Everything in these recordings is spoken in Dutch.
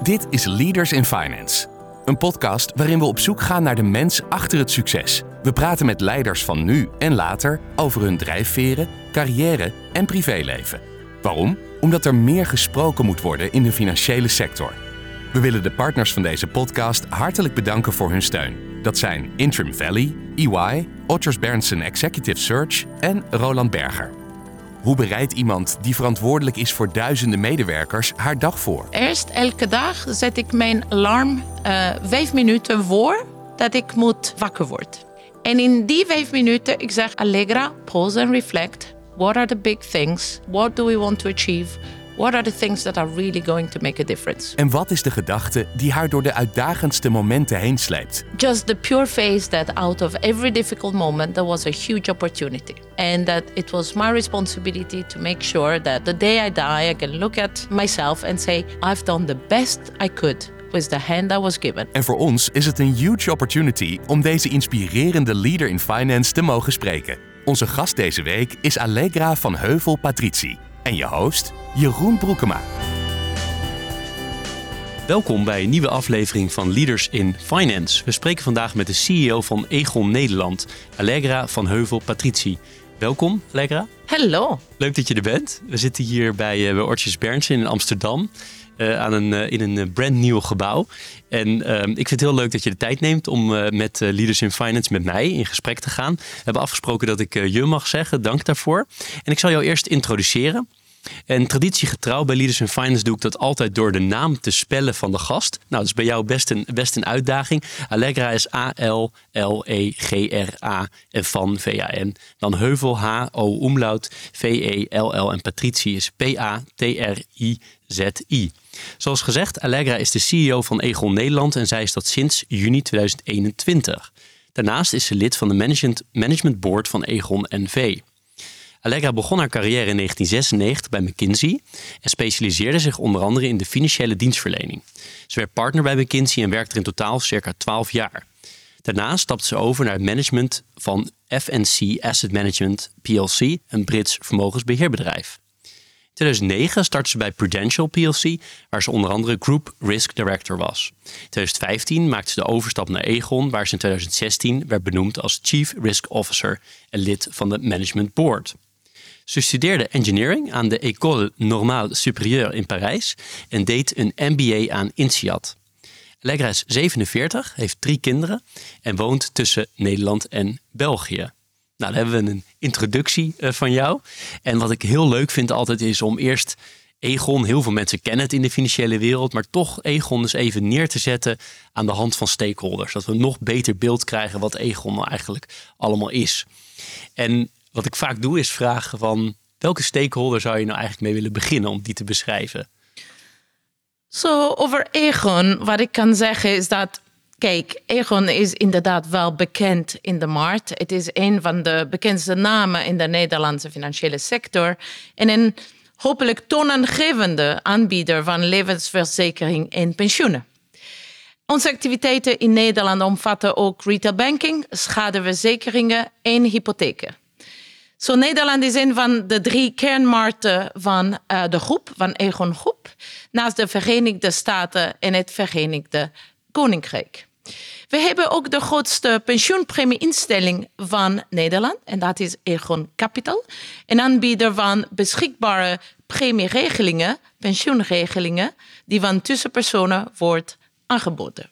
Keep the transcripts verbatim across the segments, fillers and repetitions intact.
Dit is Leaders in Finance. Een podcast waarin we op zoek gaan naar de mens achter het succes. We praten met leiders van nu en later over hun drijfveren, carrière en privéleven. Waarom? Omdat er meer gesproken moet worden in de financiële sector. We willen de partners van deze podcast hartelijk bedanken voor hun steun. Dat zijn Interim Valley, E Y, Odgers Berndsen Executive Search en Roland Berger. Hoe bereidt iemand die verantwoordelijk is voor duizenden medewerkers haar dag voor? Eerst elke dag zet ik mijn alarm uh, vijf minuten voor dat ik moet wakker worden. En in die vijf minuten ik zeg Allegra, pause and reflect. What are the big things? What do we want to achieve? What are the things that are really going to make a difference? En wat is de gedachte die haar door de uitdagendste momenten heen sleept? Just the pure face that out of every difficult moment there was a huge opportunity. And that it was my responsibility to make sure that the day I die I can look at myself and say I've done the best I could with the hand I was given. En voor ons is het een huge opportunity om deze inspirerende leader in finance te mogen spreken. Onze gast deze week is Allegra van Heuvel-Patrizi. En je host, Jeroen Broekema. Welkom bij een nieuwe aflevering van Leaders in Finance. We spreken vandaag met de C E O van Aegon Nederland, Allegra van Heuvel-Patrizi. Welkom, Allegra. Hallo. Leuk dat je er bent. We zitten hier bij, uh, bij Odgers Berndsen in Amsterdam. Uh, aan een, uh, in een brandnieuw gebouw. En uh, ik vind het heel leuk dat je de tijd neemt om uh, met uh, Leaders in Finance met mij in gesprek te gaan. We hebben afgesproken dat ik uh, je mag zeggen. Dank daarvoor. En ik zal jou eerst introduceren. En traditiegetrouw bij Leaders in Finance doe ik dat altijd door de naam te spellen van de gast. Nou, dat is bij jou best een, best een uitdaging. Allegra is A L L E G R A en van V A N. Dan Heuvel, H O umlaut, V E L L en Patrizi is P A T R I Z I. Zoals gezegd, Allegra is de C E O van Aegon Nederland en zij is dat sinds juni tweeduizend eenentwintig. Daarnaast is ze lid van de management, management board van Aegon N V. Allegra begon haar carrière in negentien zesennegentig bij McKinsey en specialiseerde zich onder andere in de financiële dienstverlening. Ze werd partner bij McKinsey en werkte er in totaal circa twaalf jaar. Daarna stapte ze over naar het management van F N C Asset Management P L C, een Brits vermogensbeheerbedrijf. In tweeduizend negen startte ze bij Prudential P L C, waar ze onder andere Group Risk Director was. In tweeduizend vijftien maakte ze de overstap naar Aegon, waar ze in tweeduizend zestien werd benoemd als Chief Risk Officer en lid van de Management Board. Ze studeerde engineering aan de École Normale Supérieure in Parijs en deed een M B A aan INSEAD. Allegra is zevenenveertig, heeft drie kinderen en woont tussen Nederland en België. Nou, dan hebben we een introductie uh, van jou. En wat ik heel leuk vind altijd is om eerst Aegon, heel veel mensen kennen het in de financiële wereld, maar toch Aegon dus even neer te zetten aan de hand van stakeholders. Dat we een nog beter beeld krijgen wat Aegon nou eigenlijk allemaal is. En wat ik vaak doe is vragen van welke stakeholder zou je nou eigenlijk mee willen beginnen om die te beschrijven? Zo, so, over Aegon, wat ik kan zeggen is dat, kijk, Aegon is inderdaad wel bekend in de markt. Het is een van de bekendste namen in de Nederlandse financiële sector. En een hopelijk toonaangevende aanbieder van levensverzekering en pensioenen. Onze activiteiten in Nederland omvatten ook retailbanking, schadeverzekeringen en hypotheken. Zo, Nederland is een van de drie kernmarkten van uh, de groep, van Aegon Groep, naast de Verenigde Staten en het Verenigde Koninkrijk. We hebben ook de grootste pensioenpremie-instelling van Nederland, en dat is Aegon Capital, een aanbieder van beschikbare premieregelingen, pensioenregelingen, die van tussenpersonen wordt aangeboden.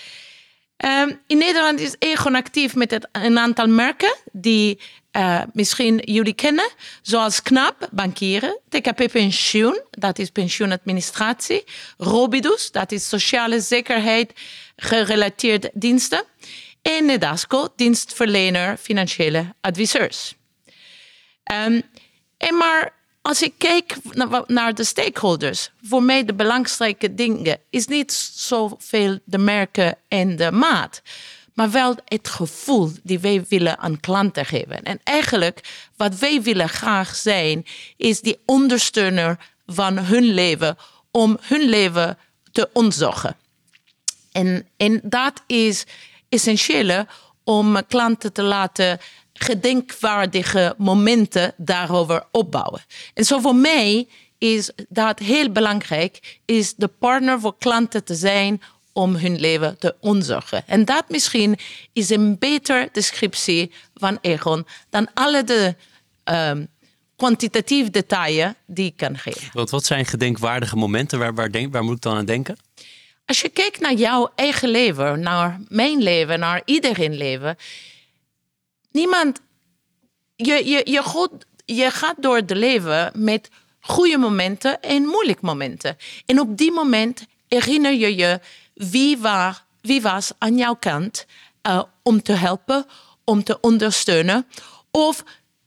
Um, in Nederland is Aegon actief met het, een aantal merken die uh, misschien jullie kennen, zoals Knab, bankieren, T K P Pensioen, dat is pensioenadministratie, Robidus, dat is sociale zekerheid, gerelateerde diensten, en Nedasco, dienstverlener financiële adviseurs. Um, en maar als ik kijk naar de stakeholders, voor mij de belangrijke dingen is niet zoveel de merken en de maat, maar wel het gevoel die wij willen aan klanten geven. En eigenlijk wat wij willen graag zijn, is die ondersteuner van hun leven om hun leven te ontzorgen. En, en dat is essentieel om klanten te laten gedenkwaardige momenten daarover opbouwen. En zo voor mij is dat heel belangrijk is de partner voor klanten te zijn om hun leven te onderzoeken. En dat misschien is een betere descriptie van Aegon dan alle de um, kwantitatieve details die ik kan geven. Wat, wat zijn gedenkwaardige momenten? Waar, waar, denk, waar moet ik dan aan denken? Als je kijkt naar jouw eigen leven, naar mijn leven, naar iedereen leven. Niemand, je, je, je, gaat, je gaat door het leven met goede momenten en moeilijke momenten. En op die moment herinner je je wie, waar, wie was aan jouw kant uh, om te helpen, om te ondersteunen. Of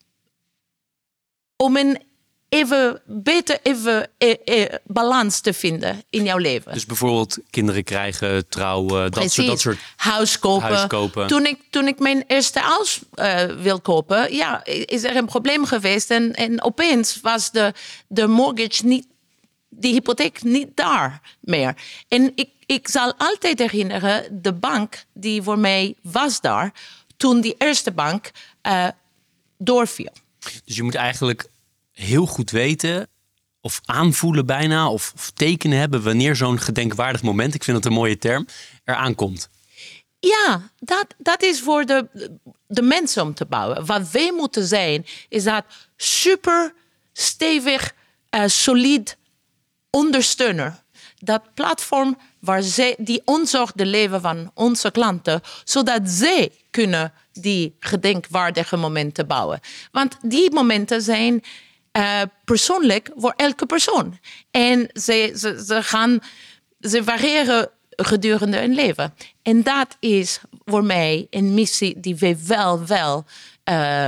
om een even beter even, eh, eh, balans te vinden in jouw leven. Dus bijvoorbeeld kinderen krijgen, trouwen, dat soort, dat soort huis kopen. Huis kopen. Toen ik, toen ik mijn eerste huis uh, wil kopen, ja, is er een probleem geweest. En, en opeens was de, de mortgage niet, die hypotheek niet daar meer. En ik, ik zal altijd herinneren, de bank die voor mij was daar, toen die eerste bank uh, doorviel. Dus je moet eigenlijk heel goed weten of aanvoelen bijna of, of tekenen hebben wanneer zo'n gedenkwaardig moment, ik vind dat een mooie term, eraan komt. Ja, dat, dat is voor de, de mensen om te bouwen. Wat wij moeten zijn, is dat super stevig, uh, solid ondersteuner. Dat platform waar zij, die ontzorgt de leven van onze klanten, zodat zij kunnen die gedenkwaardige momenten bouwen. Want die momenten zijn uh, persoonlijk voor elke persoon. En ze, ze, ze, gaan, ze variëren gedurende hun leven. En dat is voor mij een missie die wij wel, wel uh,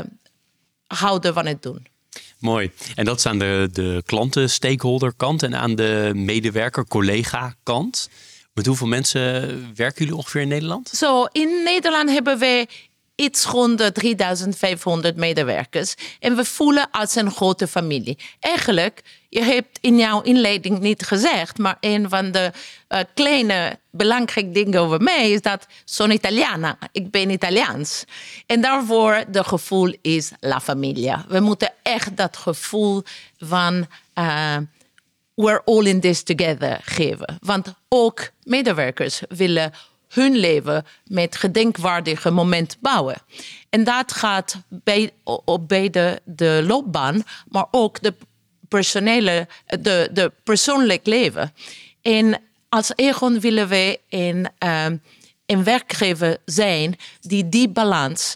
houden van het doen. Mooi. En dat is aan de, de klanten-stakeholder kant en aan de medewerker-collega-kant. Met hoeveel mensen werken jullie ongeveer in Nederland? Zo, in Nederland hebben wij iets rond de drieduizend vijfhonderd medewerkers. En we voelen als een grote familie. Eigenlijk, je hebt in jouw inleiding niet gezegd, maar een van de uh, kleine belangrijke dingen over mij is dat sono Italiana. Ik ben Italiaans. En daarvoor de gevoel is la familia. We moeten echt dat gevoel van uh, we're all in this together geven. Want ook medewerkers willen hun leven met gedenkwaardige momenten bouwen. En dat gaat bij, op beide de loopbaan, maar ook de personele, de, de persoonlijk leven. En als Aegon willen wij een, uh, een werkgever zijn die die balans,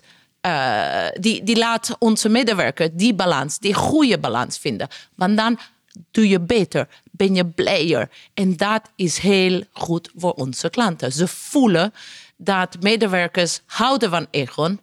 uh, die, die laat onze medewerkers die balans, die goede balans vinden. Want dan doe je beter, ben je blijer. En dat is heel goed voor onze klanten. Ze voelen dat medewerkers houden van Aegon.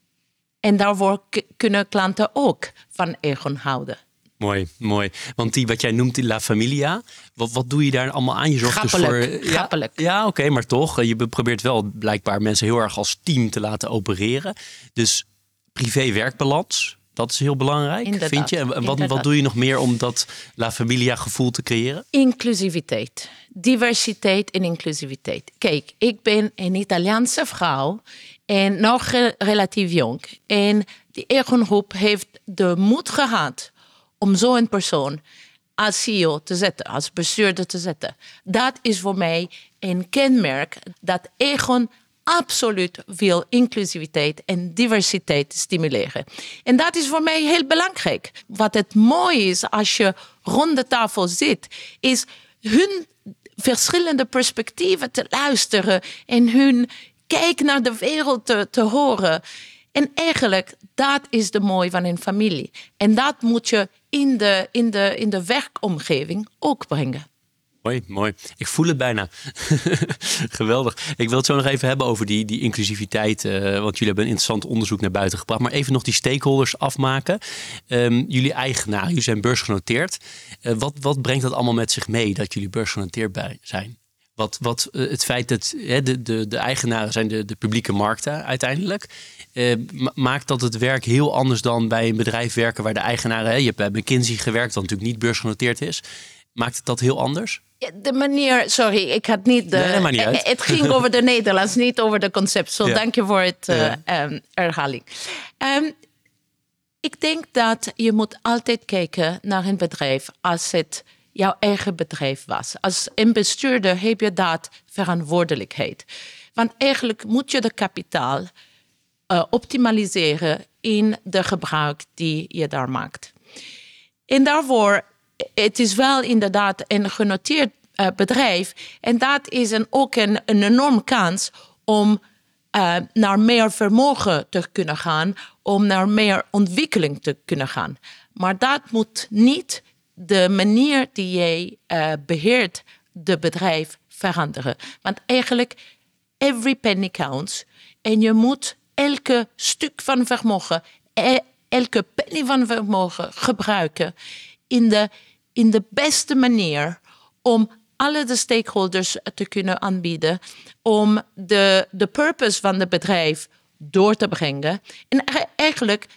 En daarvoor k- kunnen klanten ook van Aegon houden. Mooi, mooi. Want die, wat jij noemt, die La Familia, wat, wat doe je daar allemaal aan? Je zorgt Grappelijk, dus voor, grappelijk. Ja, ja oké, okay, maar toch. Je probeert wel blijkbaar mensen heel erg als team te laten opereren. Dus privé-werkbalans, dat is heel belangrijk, Inderdaad, vind je? En wat, wat doe je nog meer om dat La Familia gevoel te creëren? Inclusiviteit. Diversiteit en inclusiviteit. Kijk, ik ben een Italiaanse vrouw en nog re- relatief jong. En die Aegon Groep heeft de moed gehad om zo'n persoon als C E O te zetten, als bestuurder te zetten. Dat is voor mij een kenmerk dat Aegon absoluut wil inclusiviteit en diversiteit stimuleren. En dat is voor mij heel belangrijk. Wat het mooi is als je rond de tafel zit, is hun verschillende perspectieven te luisteren en hun kijk naar de wereld te, te horen. En eigenlijk, dat is de mooi van een familie. En dat moet je in de, in de, in de werkomgeving ook brengen. Mooi, mooi. Ik voel het bijna. Geweldig. Ik wil het zo nog even hebben over die, die inclusiviteit. Uh, want jullie hebben een interessant onderzoek naar buiten gebracht. Maar even nog die stakeholders afmaken. Um, jullie eigenaar, jullie zijn beursgenoteerd. Uh, wat, wat brengt dat allemaal met zich mee dat jullie beursgenoteerd bij zijn? Wat, wat uh, het feit dat uh, de, de, de eigenaren zijn de, de publieke markten uiteindelijk. Uh, ma- maakt dat het werk heel anders dan bij een bedrijf werken waar de eigenaren... Hè, je hebt bij McKinsey gewerkt, dat natuurlijk niet beursgenoteerd is. Maakt het dat heel anders? De manier, sorry, ik had niet de... Nee, maar niet uit. Het ging over de Nederlands, niet over de concept. Zo, so, ja. dank je voor het uh, ja. um, herhaling. Um, Ik denk dat je moet altijd kijken naar een bedrijf als het jouw eigen bedrijf was. Als een bestuurder heb je dat verantwoordelijkheid. Want eigenlijk moet je de kapitaal uh, optimaliseren in de gebruik die je daar maakt. En daarvoor, het is wel inderdaad een genoteerd uh, bedrijf. En dat is een, ook een, een enorme kans om uh, naar meer vermogen te kunnen gaan, om naar meer ontwikkeling te kunnen gaan. Maar dat moet niet de manier die jij uh, beheert de bedrijf veranderen. Want eigenlijk, every penny counts. En je moet elke stuk van vermogen, elke penny van vermogen gebruiken in de, in de beste manier om alle de stakeholders te kunnen aanbieden, om de, de purpose van het bedrijf door te brengen. En eigenlijk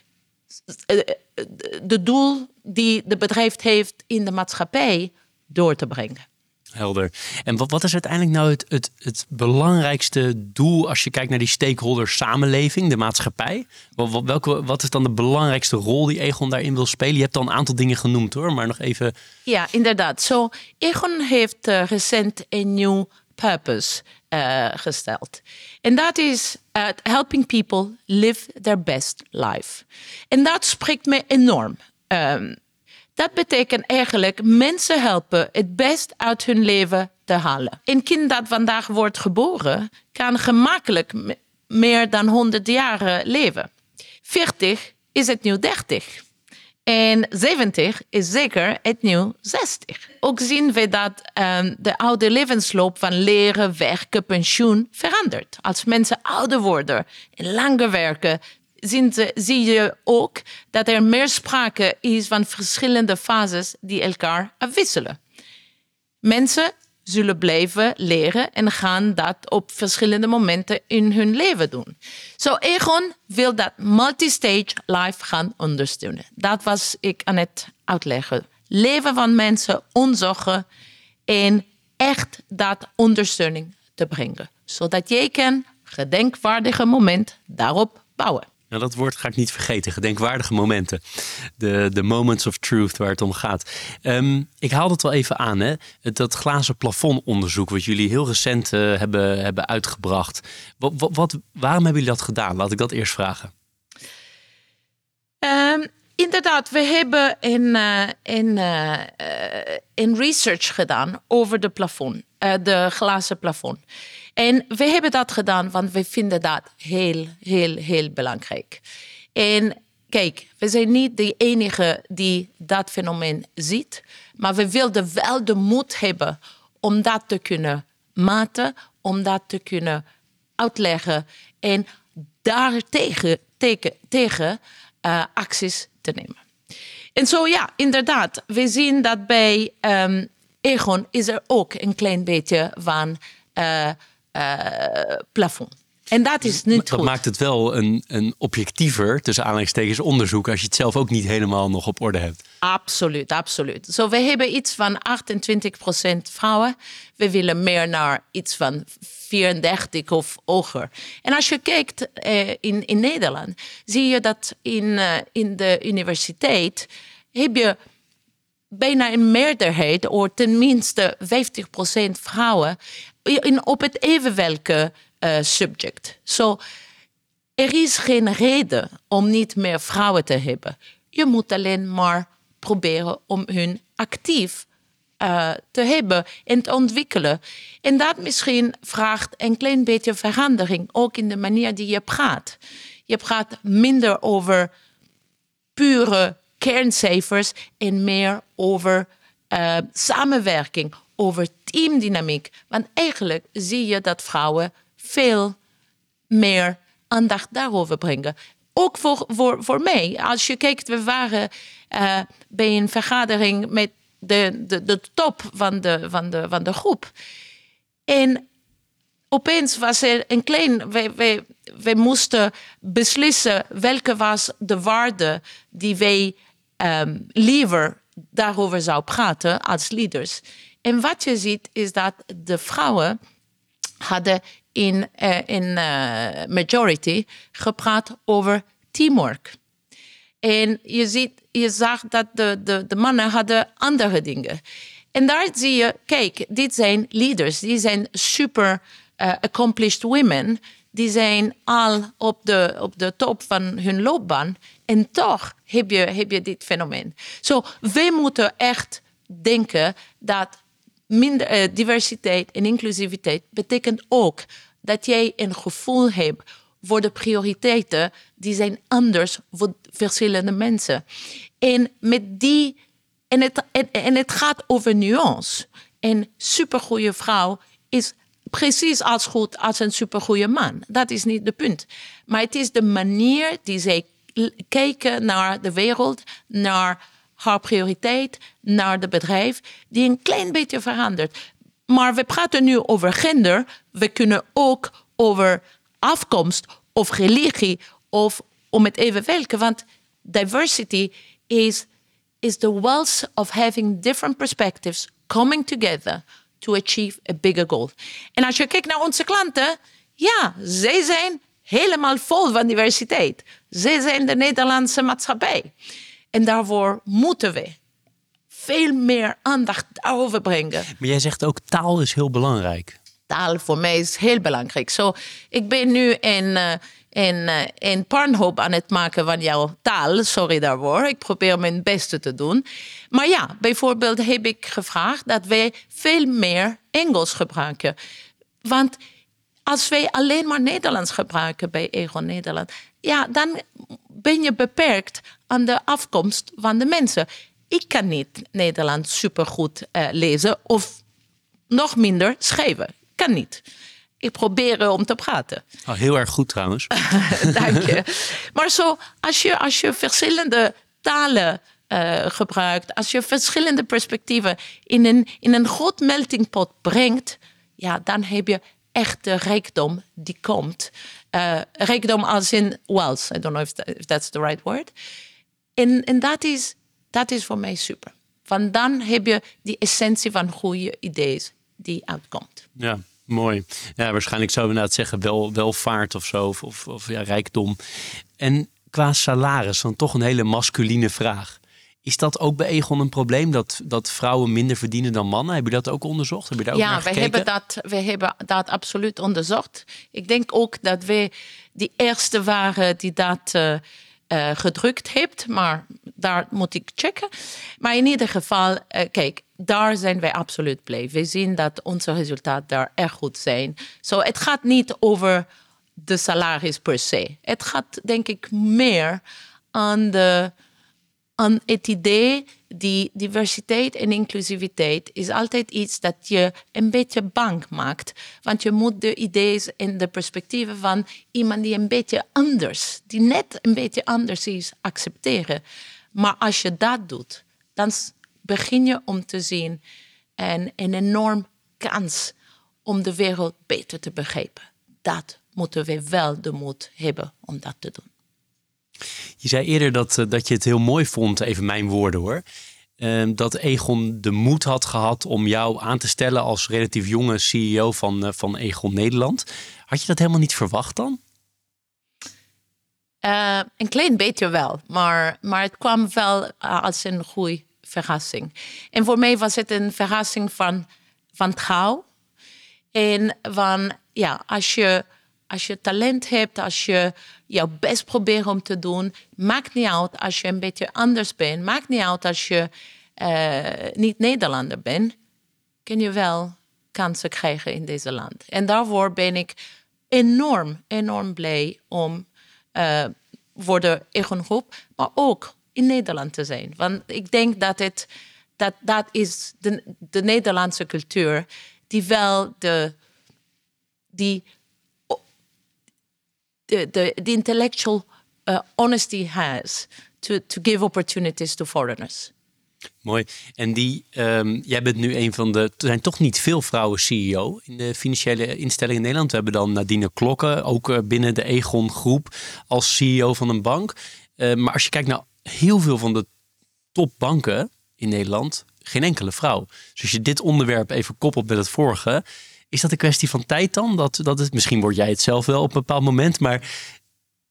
de doel die het bedrijf heeft in de maatschappij door te brengen. Helder. En wat, wat is uiteindelijk nou het, het, het belangrijkste doel als je kijkt naar die stakeholder samenleving, de maatschappij? Wat, welke, wat is dan de belangrijkste rol die Aegon daarin wil spelen? Je hebt al een aantal dingen genoemd hoor, maar nog even... Ja, inderdaad. So, Aegon heeft uh, recent een nieuw purpose uh, gesteld. En dat is uh, helping people live their best life. En dat spreekt me enorm. Um, Dat betekent eigenlijk mensen helpen het best uit hun leven te halen. Een kind dat vandaag wordt geboren kan gemakkelijk meer dan honderd jaar leven. veertig is het nieuw dertig. En zeventig is zeker het nieuw zestig. Ook zien we dat um, de oude levensloop van leren, werken, pensioen verandert. Als mensen ouder worden en langer werken, zie je ook dat er meer sprake is van verschillende fases die elkaar afwisselen. Mensen zullen blijven leren en gaan dat op verschillende momenten in hun leven doen. Zo, Aegon wil dat multistage life gaan ondersteunen. Dat was ik aan het uitleggen. Leven van mensen, onzorgen en echt dat ondersteuning te brengen. Zodat jij kan gedenkwaardige moment daarop bouwen. Nou, dat woord ga ik niet vergeten. Gedenkwaardige momenten. De, de moments of truth waar het om gaat. Um, ik haal het wel even aan. Hè? Dat glazen plafondonderzoek wat jullie heel recent uh, hebben, hebben uitgebracht. Wat, wat, wat, waarom hebben jullie dat gedaan? Laat ik dat eerst vragen. Um, inderdaad, we hebben een, uh, een, uh, een research gedaan over de plafond. Uh, de glazen plafond. En we hebben dat gedaan, want we vinden dat heel, heel, heel belangrijk. En kijk, we zijn niet de enige die dat fenomeen ziet. Maar we wilden wel de moed hebben om dat te kunnen maten, om dat te kunnen uitleggen en daartegen tegen, tegen, uh, acties te nemen. En zo ja, inderdaad, we zien dat bij um, Aegon is er ook een klein beetje van Uh, Uh, plafond. En dat is niet dat goed. Dat maakt het wel een, een objectiever, tussen aanhalingstekens, onderzoek als je het zelf ook niet helemaal nog op orde hebt. Absoluut, absoluut. Zo, so, we hebben iets van achtentwintig procent vrouwen. We willen meer naar iets van vierendertig of hoger. En als je kijkt uh, in, in Nederland, zie je dat in, uh, in de universiteit heb je bijna een meerderheid, of tenminste vijftig procent vrouwen, in, op het evenwelke uh, subject. So, er is geen reden om niet meer vrouwen te hebben. Je moet alleen maar proberen om hun actief uh, te hebben en te ontwikkelen. En dat misschien vraagt een klein beetje verandering, ook in de manier die je praat. Je praat minder over pure kerncijfers en meer over uh, samenwerking, over teamdynamiek. Want eigenlijk zie je dat vrouwen veel meer aandacht daarover brengen. Ook voor, voor, voor mij. Als je kijkt, we waren uh, bij een vergadering met de, de, de top van de, van, de, van de groep. En opeens was er een klein... Wij, wij, wij moesten beslissen welke was de waarde die wij um, liever daarover zou praten als leaders. En wat je ziet is dat de vrouwen hadden in, uh, in uh, majority gepraat over teamwork. En je, ziet, je zag dat de, de, de mannen hadden andere dingen. En daar zie je, kijk, dit zijn leaders. Die zijn super uh, accomplished women. Die zijn al op de, op de top van hun loopbaan. En toch heb je, heb je dit fenomeen. Zo, so, wij moeten echt denken dat minder, uh, diversiteit en inclusiviteit betekent ook dat jij een gevoel hebt voor de prioriteiten die zijn anders voor verschillende mensen. En met die en het, en, en het gaat over nuance. Een supergoeie vrouw is precies als goed als een supergoeie man. Dat is niet het punt. Maar het is de manier die zij kijken naar de wereld, naar haar prioriteit, naar de bedrijf, die een klein beetje verandert. Maar we praten nu over gender. We kunnen ook over afkomst of religie of om het even welke. Want diversity is, is the wealth of having different perspectives coming together to achieve a bigger goal. En als je kijkt naar onze klanten, ja, zij zijn helemaal vol van diversiteit. Zij zijn de Nederlandse maatschappij. En daarvoor moeten we veel meer aandacht daarover brengen. Maar jij zegt ook taal is heel belangrijk. Taal voor mij is heel belangrijk. So, ik ben nu een, uh, een, uh, een puinhoop aan het maken van jouw taal. Sorry daarvoor. Ik probeer mijn beste te doen. Maar ja, bijvoorbeeld heb ik gevraagd dat wij veel meer Engels gebruiken. Want als wij alleen maar Nederlands gebruiken bij Aegon Nederland, ja, dan ben je beperkt aan de afkomst van de mensen. Ik kan niet Nederlands supergoed uh, lezen of nog minder schrijven. Kan niet. Ik probeer om te praten. Oh, heel erg goed trouwens. Dank je. Maar zo, als je, als je verschillende talen uh, gebruikt, als je verschillende perspectieven in een, in een groot meltingpot brengt, ja, dan heb je echt de rijkdom die komt. Uh, rijkdom als in wealth. I don't know if, that, if that's the right word. En, en dat is, dat is voor mij super. Want dan heb je die essentie van goede ideeën die uitkomt. Ja, mooi. Ja, waarschijnlijk zouden we inderdaad zeggen wel, welvaart of zo. Of, of, of ja, rijkdom. En qua salaris, dan toch een hele masculine vraag. Is dat ook bij Aegon een probleem? Dat, dat vrouwen minder verdienen dan mannen? Heb je dat ook onderzocht? Heb je daar ook ja, naar gekeken? Ja, we hebben dat, we hebben dat absoluut onderzocht. Ik denk ook dat we die eerste waren die dat uh, uh, gedrukt heeft. Maar daar moet ik checken. Maar in ieder geval, uh, kijk, daar zijn wij absoluut blij. We zien dat onze resultaten daar erg goed zijn. So, het gaat niet over de salaris per se. Het gaat denk ik meer aan de... aan het idee die diversiteit en inclusiviteit is altijd iets dat je een beetje bang maakt. Want je moet de ideeën en de perspectieven van iemand die een beetje anders, die net een beetje anders is, accepteren. Maar als je dat doet, dan begin je om te zien een, een enorm kans om de wereld beter te begrijpen. Dat moeten we wel de moed hebben om dat te doen. Je zei eerder dat, dat je het heel mooi vond, even mijn woorden hoor, uh, dat Aegon de moed had gehad om jou aan te stellen als relatief jonge C E O van, uh, van Aegon Nederland. Had je dat helemaal niet verwacht dan? Uh, een klein beetje wel, maar, maar het kwam wel uh, als een goede verrassing. En voor mij was het een verrassing van, van trouw. En van, ja, als je... Als je talent hebt, als je jouw best probeert om te doen, maakt niet uit als je een beetje anders bent. Maakt niet uit als je uh, niet Nederlander bent. Kun je wel kansen krijgen in deze land. En daarvoor ben ik enorm, enorm blij om uh, voor de Aegon Groep, maar ook in Nederland te zijn. Want ik denk dat het, dat, dat is de, de Nederlandse cultuur die wel de... die The, the, the intellectual uh, honesty has to, to give opportunities to foreigners. Mooi. En die, um, jij bent nu een van de... Er zijn toch niet veel vrouwen C E O in de financiële instellingen in Nederland. We hebben dan Nadine Klokken, ook binnen de Aegon Groep als C E O van een bank. Uh, maar als je kijkt naar heel veel van de topbanken in Nederland, geen enkele vrouw. Dus als je dit onderwerp even koppelt met het vorige, is dat een kwestie van tijd dan? Dat, dat het, misschien word jij het zelf wel op een bepaald moment, maar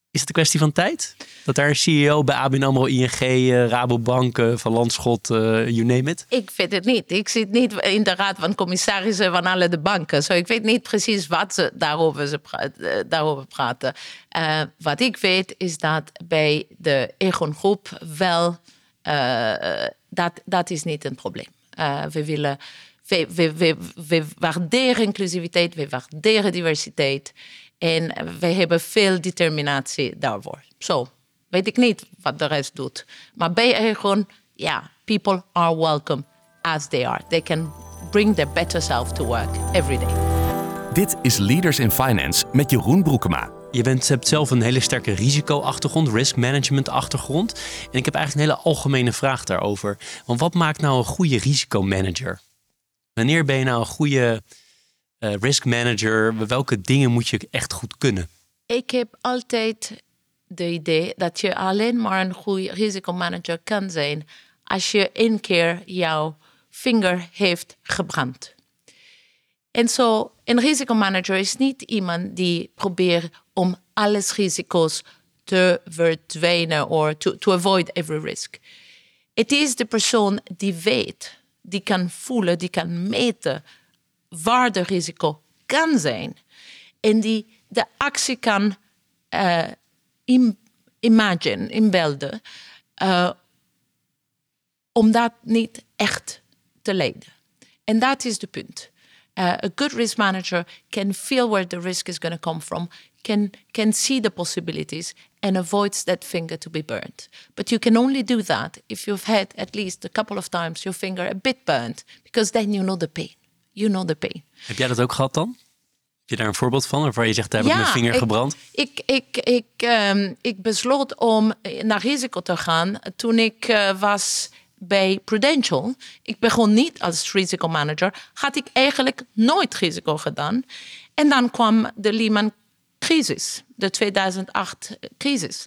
Is het een kwestie van tijd? Dat daar een C E O bij A B N AMRO, I N G, uh, Rabobank, uh, Van Lanschot, uh, you name it? Ik weet het niet. Ik zit niet in de raad van commissarissen van alle de banken. So ik weet niet precies wat ze daarover, ze pra- uh, daarover praten. Uh, wat ik weet is dat bij de Aegon Groep wel... Uh, dat, dat is niet een probleem. Uh, we willen... We, we, we, we waarderen inclusiviteit, we waarderen diversiteit. En we hebben veel determinatie daarvoor. Zo, weet ik niet wat de rest doet. Maar bij Aegon, ja, people are welcome as they are. They can bring their better self to work every day. Dit is Leaders in Finance met Jeroen Broekema. Je bent, hebt zelf een hele sterke risico-achtergrond, risk management achtergrond. En ik heb eigenlijk een hele algemene vraag daarover. Want wat maakt nou een goede risicomanager? Wanneer ben je nou een goede uh, risk manager? Welke dingen moet je echt goed kunnen? Ik heb altijd de idee dat je alleen maar een goede risicomanager kan zijn als je één keer jouw vinger heeft gebrand. En zo, een risicomanager is niet iemand die probeert om alles risico's te verdwijnen of to, to avoid every risk. Het is de persoon die weet, die kan voelen, die kan meten waar de risico kan zijn. En die de actie kan uh, im- imagine, inbeelden, uh, om dat niet echt te leiden. En dat is de punt. Uh, a good risk manager can feel where the risk is going to come from, can, can see the possibilities and avoids that finger to be burned. But you can only do that if you've had at least a couple of times your finger a bit burned, because then you know the pain. You know the pain. Heb jij dat ook gehad dan? Heb je daar een voorbeeld van waarvan je zegt, daar heb ja, ik mijn vinger ik, gebrand? Ik, ik, ik, um, ik besloot om naar risico te gaan toen ik uh, was bij Prudential. Ik begon niet als risicomanager. Had ik eigenlijk nooit risico gedaan. En dan kwam de Lehman-crisis, de tweeduizend acht crisis.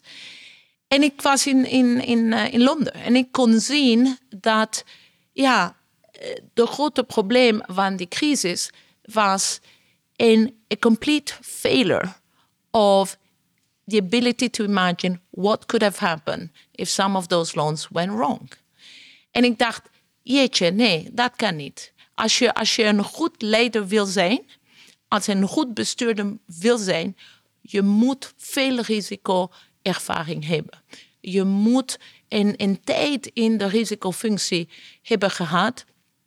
En ik was in, in, in, uh, in Londen. En ik kon zien dat ja, de grote probleem van die crisis was een a complete failure of the ability to imagine what could have happened if some of those loans went wrong. En ik dacht, jeetje, nee, dat kan niet. Als je, als je een goed leider wil zijn, als je een goed bestuurder wil zijn, je moet veel risico-ervaring hebben. Je moet een, een tijd in de risicofunctie hebben gehad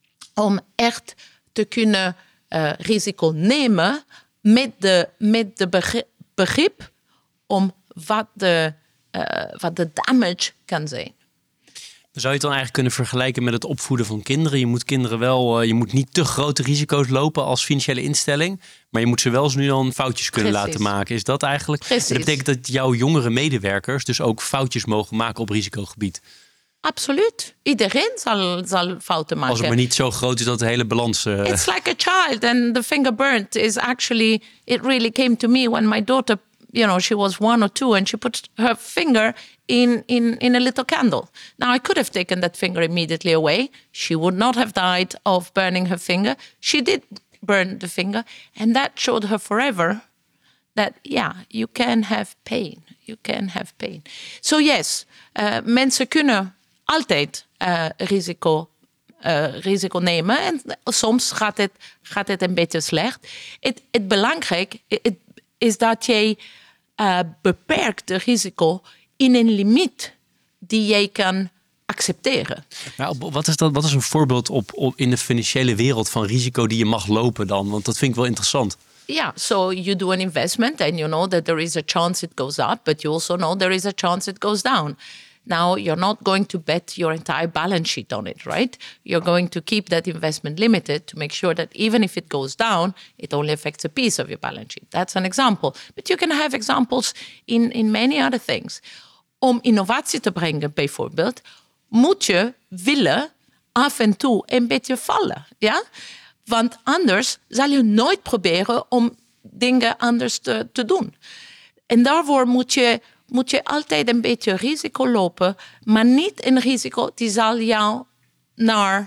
om echt te kunnen uh, risico nemen met de, met de begrip, begrip om wat de, uh, wat de damage kan zijn. Zou je het dan eigenlijk kunnen vergelijken met het opvoeden van kinderen? Je moet kinderen wel, uh, je moet niet te grote risico's lopen als financiële instelling, maar je moet ze wel eens nu dan foutjes kunnen Precies. laten maken. Is dat eigenlijk? Precies. Dat betekent dat jouw jongere medewerkers dus ook foutjes mogen maken op risicogebied. Absoluut. Iedereen zal, zal fouten maken. Als het maar niet zo groot is dat de hele balans... Uh... It's like a child and the finger burnt is actually, it really came to me when my daughter, you know, she was one or two and she put her finger in, in, in a little candle. Now I could have taken that finger immediately away. She would not have died of burning her finger. She did burn the finger and that showed her forever that, yeah, you can have pain. You can have pain. So yes, uh, mensen kunnen altijd uh, risico, uh, risico nemen. En soms gaat het, gaat het een beetje slecht. Het, het belangrijk het, is dat jij uh, beperkt de risico in een limiet die jij kan accepteren. Nou, wat is dat? Wat is een voorbeeld op, op in de financiële wereld van risico die je mag lopen dan? Want dat vind ik wel interessant. Yeah, so you do an investment and you know that there is a chance it goes up, but you also know there is a chance it goes down. Now, you're not going to bet your entire balance sheet on it, right? You're going to keep that investment limited to make sure that even if it goes down, it only affects a piece of your balance sheet. That's an example. But you can have examples in, in many other things. Om innovatie te brengen, bijvoorbeeld, moet je willen af en toe een beetje vallen, ja? Want anders zal je nooit proberen om dingen anders te, te doen. En daarvoor moet je, moet je altijd een beetje risico lopen, maar niet een risico die zal jou naar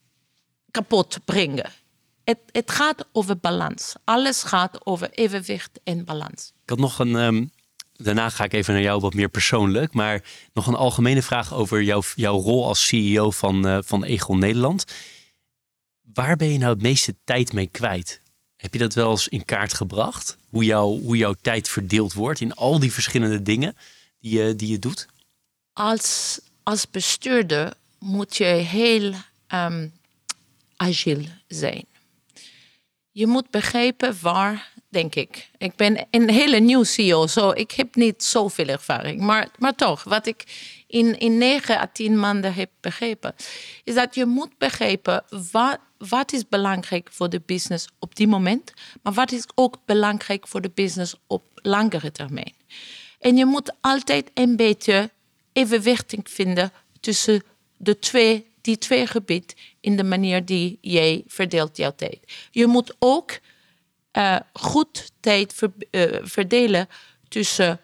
kapot brengen. Het, het gaat over balans. Alles gaat over evenwicht en balans. Ik had nog een, um, daarna ga ik even naar jou wat meer persoonlijk. Maar nog een algemene vraag over jouw, jouw rol als C E O van, uh, van Aegon Nederland. Waar ben je nou het meeste tijd mee kwijt? Heb je dat wel eens in kaart gebracht? Hoe, jou, hoe jouw tijd verdeeld wordt in al die verschillende dingen die je, die je doet? Als, als bestuurder moet je heel um, agiel zijn. Je moet begrijpen waar, denk ik. Ik ben een hele nieuw C E O, zo ik heb niet zoveel ervaring. Maar, maar toch, wat ik in, in negen à tien maanden heb begrepen, is dat je moet begrijpen wat, wat is belangrijk voor de business op die moment, maar wat is ook belangrijk voor de business op langere termijn. En je moet altijd een beetje evenwichting vinden tussen de twee, die twee gebieden in de manier die jij verdeelt jouw tijd. Je moet ook uh, goed tijd ver, uh, verdelen tussen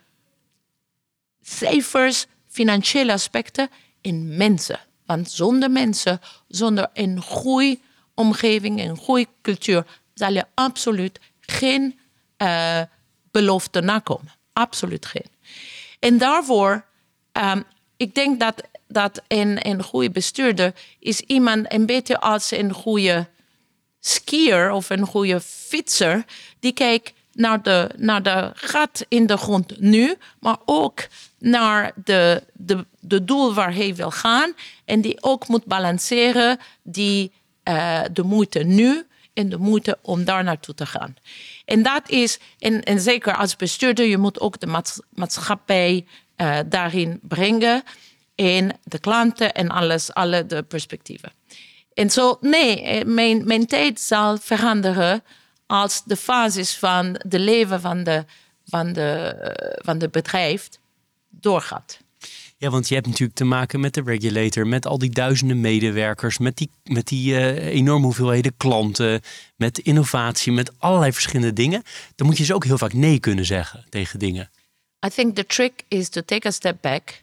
cijfers, financiële aspecten en mensen. Want zonder mensen, zonder een goede omgeving, een goede cultuur, zal je absoluut geen uh, belofte nakomen. Absoluut geen. En daarvoor, um, ik denk dat, dat een, een goede bestuurder is iemand een beetje als een goede skier of een goede fietser. Die kijkt naar de, naar de gat in de grond nu, maar ook naar de, de, de doel waar hij wil gaan. En die ook moet balanceren die, uh, de moeite nu en de moeite om daar naartoe te gaan. En dat is, en, en zeker als bestuurder, je moet ook de maatschappij uh, daarin brengen. En de klanten en alles, alle de perspectieven. En zo, nee, mijn, mijn tijd zal veranderen als de fases van de leven van de, van de, van de bedrijf doorgaat. Ja, want je hebt natuurlijk te maken met de regulator, met al die duizenden medewerkers, met die, met die uh, enorme hoeveelheden klanten, met innovatie, met allerlei verschillende dingen. Dan moet je dus ook heel vaak nee kunnen zeggen tegen dingen. I think the trick is to take a step back,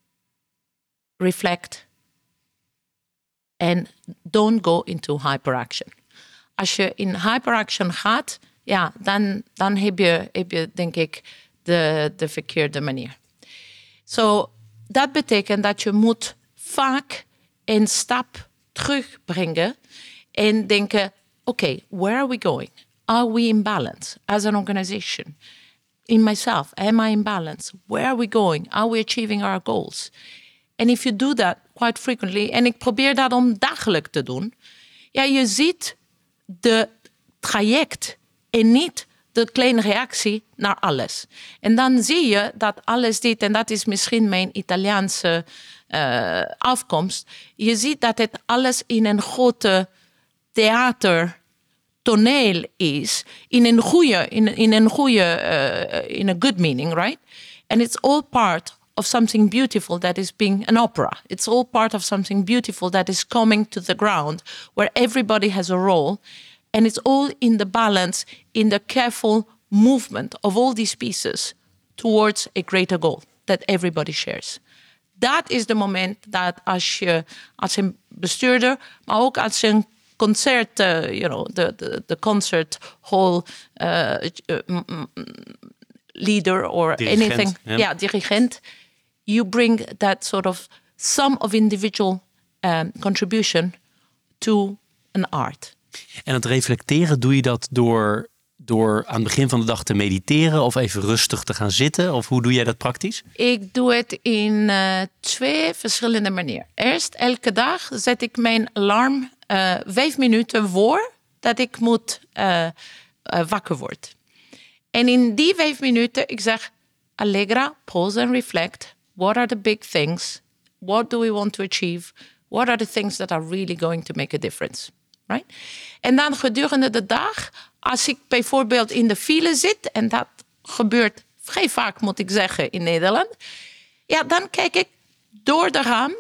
reflect, and don't go into hyperaction. Als je in hyperaction gaat, ja, dan, dan heb, je, heb je, denk ik, de, de verkeerde manier. So, dat betekent dat je moet vaak een stap terugbrengen en denken, oké, okay, where are we going? Are we in balance as an organization? In myself, am I in balance? Where are we going? Are we achieving our goals? And if you do that quite frequently, en ik probeer dat om dagelijks te doen, ja, je ziet de traject en niet de kleine reactie naar alles. En dan zie je dat alles dit, en dat is misschien mijn Italiaanse uh, afkomst, je ziet dat het alles in een grote theater, toneel is, in een goede, in, in een goede, uh, in a good meaning, right? And it's all part of something beautiful that is being an opera. It's all part of something beautiful that is coming to the ground, where everybody has a role. And it's all in the balance, in the careful movement of all these pieces towards a greater goal that everybody shares. Dat is de moment dat als je als een bestuurder, maar ook als een concert, uh, you know, the, the, the concert hall uh, uh, leader or dirigent, anything, yeah. yeah, dirigent, you bring that sort of sum of individual um, contribution to an art. En het reflecteren, doe je dat door, door aan het begin van de dag te mediteren of even rustig te gaan zitten? Of hoe doe jij dat praktisch? Ik doe het in uh, twee verschillende manieren. Eerst, elke dag zet ik mijn alarm uh, vijf minuten voor dat ik moet uh, uh, wakker worden. En in die vijf minuten, ik zeg, Allegra, pause and reflect. What are the big things? What do we want to achieve? What are the things that are really going to make a difference? Right? En dan gedurende de dag, als ik bijvoorbeeld in de file zit, en dat gebeurt vrij vaak, moet ik zeggen, in Nederland, ja, dan kijk ik door de raam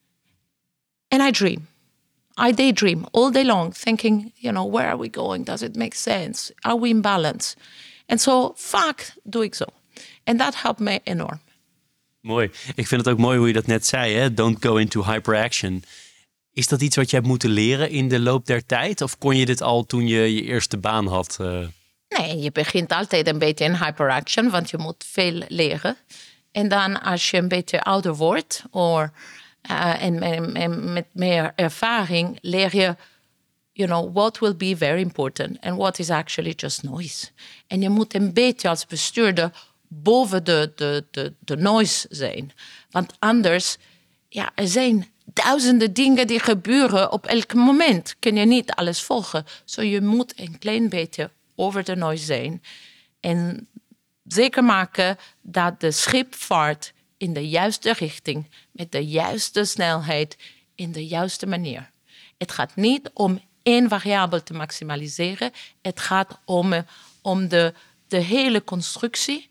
en I dream. I daydream all day long, thinking, you know, where are we going? Does it make sense? Are we in balance? En zo vaak doe ik zo. En dat helpt mij enorm. Mooi. Ik vind het ook mooi hoe je dat net zei, hè? Don't go into hyperaction. Is dat iets wat je hebt moeten leren in de loop der tijd? Of kon je dit al toen je je eerste baan had? Uh... Nee, je begint altijd een beetje in hyperaction, want je moet veel leren. En dan als je een beetje ouder wordt or, uh, en, en, en met meer ervaring, leer je, you know, what will be very important and what is actually just noise. En je moet een beetje als bestuurder boven de, de, de, de noise zijn. Want anders, ja, er zijn duizenden dingen die gebeuren op elk moment. Kun je niet alles volgen. So je moet een klein beetje over de noise zijn. En zeker maken dat de schip vaart in de juiste richting, met de juiste snelheid, in de juiste manier. Het gaat niet om één variabele te maximaliseren. Het gaat om, om de, de hele constructie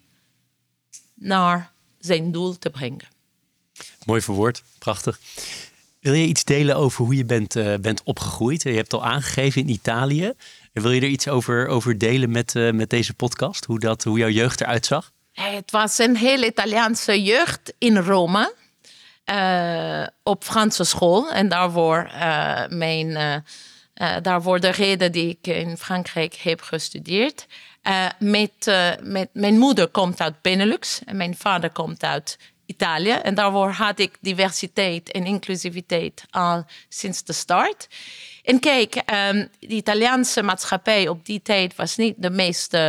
naar zijn doel te brengen. Mooi verwoord, prachtig. Wil je iets delen over hoe je bent, uh, bent opgegroeid? Je hebt al aangegeven in Italië. Wil je er iets over, over delen met, uh, met deze podcast? Hoe, dat, hoe jouw jeugd eruit zag? Het was een hele Italiaanse jeugd in Rome. Uh, op Franse school. En daarvoor, uh, mijn, uh, uh, daarvoor de reden die ik in Frankrijk heb gestudeerd. Uh, met, uh, met, mijn moeder komt uit Benelux. En mijn vader komt uit Italië. En daarvoor had ik diversiteit en inclusiviteit al sinds de start. En kijk, um, de Italiaanse maatschappij op die tijd was niet de meest uh,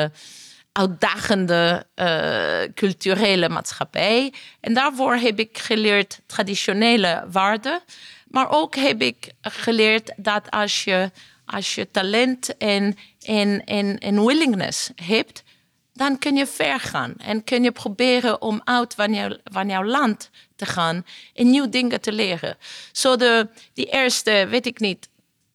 uitdagende uh, culturele maatschappij. En daarvoor heb ik geleerd traditionele waarden. Maar ook heb ik geleerd dat als je, als je talent en, en, en, en willingness hebt, dan kun je ver gaan. En kun je proberen om uit van, jou, van jouw land te gaan en nieuwe dingen te leren. Zo de, die eerste, weet ik niet,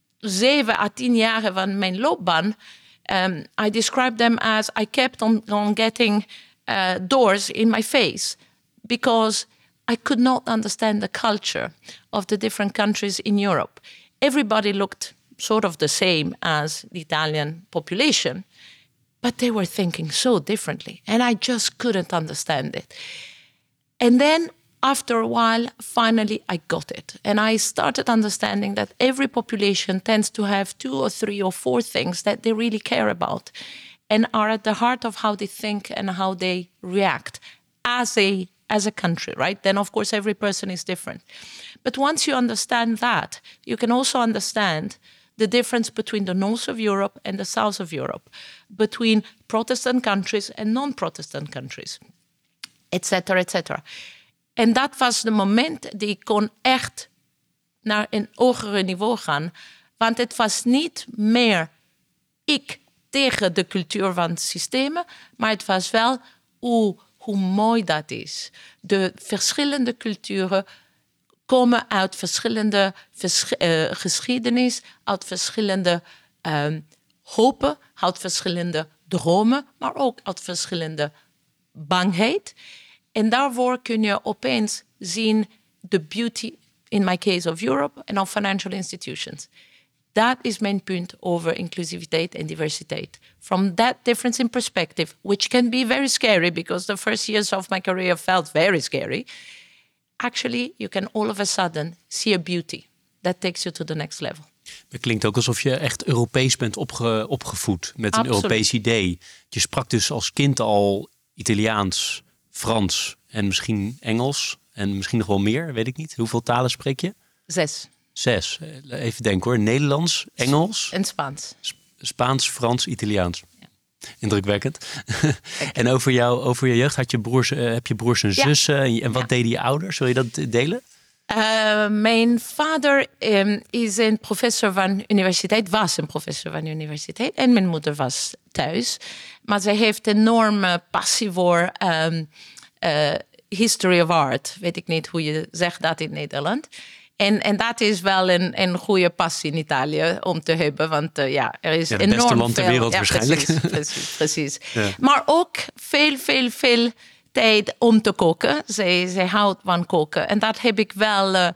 zeven à tien jaren van mijn loopbaan, um, I describe them as I kept on, on getting uh, doors in my face. Because I could not understand the culture of the different countries in Europe. Everybody looked sort of the same as the Italian population. But they were thinking so differently. And I just couldn't understand it. And then after a while, finally, I got it. And I started understanding that every population tends to have two or three or four things that they really care about and are at the heart of how they think and how they react as a, as a country, right? Then, of course, every person is different. But once you understand that, you can also understand the difference between the north of Europe and the south of Europe, between Protestant countries and non-Protestant countries, et cetera, et cetera. En dat was het moment dat ik kon echt naar een hogere niveau gaan. Want het was niet meer ik tegen de cultuur van het systeem, maar het was wel hoe, hoe mooi dat is. De verschillende culturen komen uit verschillende vers- uh, geschiedenis, uit verschillende uh, hopen, uit verschillende dromen, maar ook uit verschillende bangheid. En daarvoor kun je opeens zien de beauty, in my case of Europe, en of financial institutions. Dat is mijn punt over inclusiviteit en diversiteit. From that difference in perspective, which can be very scary, because the first years of my career felt very scary, actually, you can all of a sudden see a beauty that takes you to the next level. Het klinkt ook alsof je echt Europees bent opge, opgevoed met Absoluut. Een Europees idee. Je sprak dus als kind al Italiaans, Frans en misschien Engels. En misschien nog wel meer, weet ik niet. Hoeveel talen spreek je? Zes. Zes. Even denken hoor. Nederlands, Engels. En Spaans. Sp- Spaans, Frans, Italiaans. Ja. Indrukwekkend. En over, jou, over je jeugd had je broers, uh, heb je broers en zussen. Ja. En wat ja. deden je ouders? Wil je dat delen? Uh, mijn vader um, is een professor van universiteit, was een professor van universiteit. En mijn moeder was thuis. Maar zij heeft een enorme passie voor um, uh, history of art. Weet ik niet hoe je zegt dat in Nederland. En, en dat is wel een, een goede passie in Italië om te hebben. Want uh, ja, er is ja, enorm veel... Het beste land ter wereld ja, waarschijnlijk. Precies, precies. precies. Ja. Maar ook veel, veel, veel tijd om te koken. Zij, zij houdt van koken. En dat heb ik wel uh,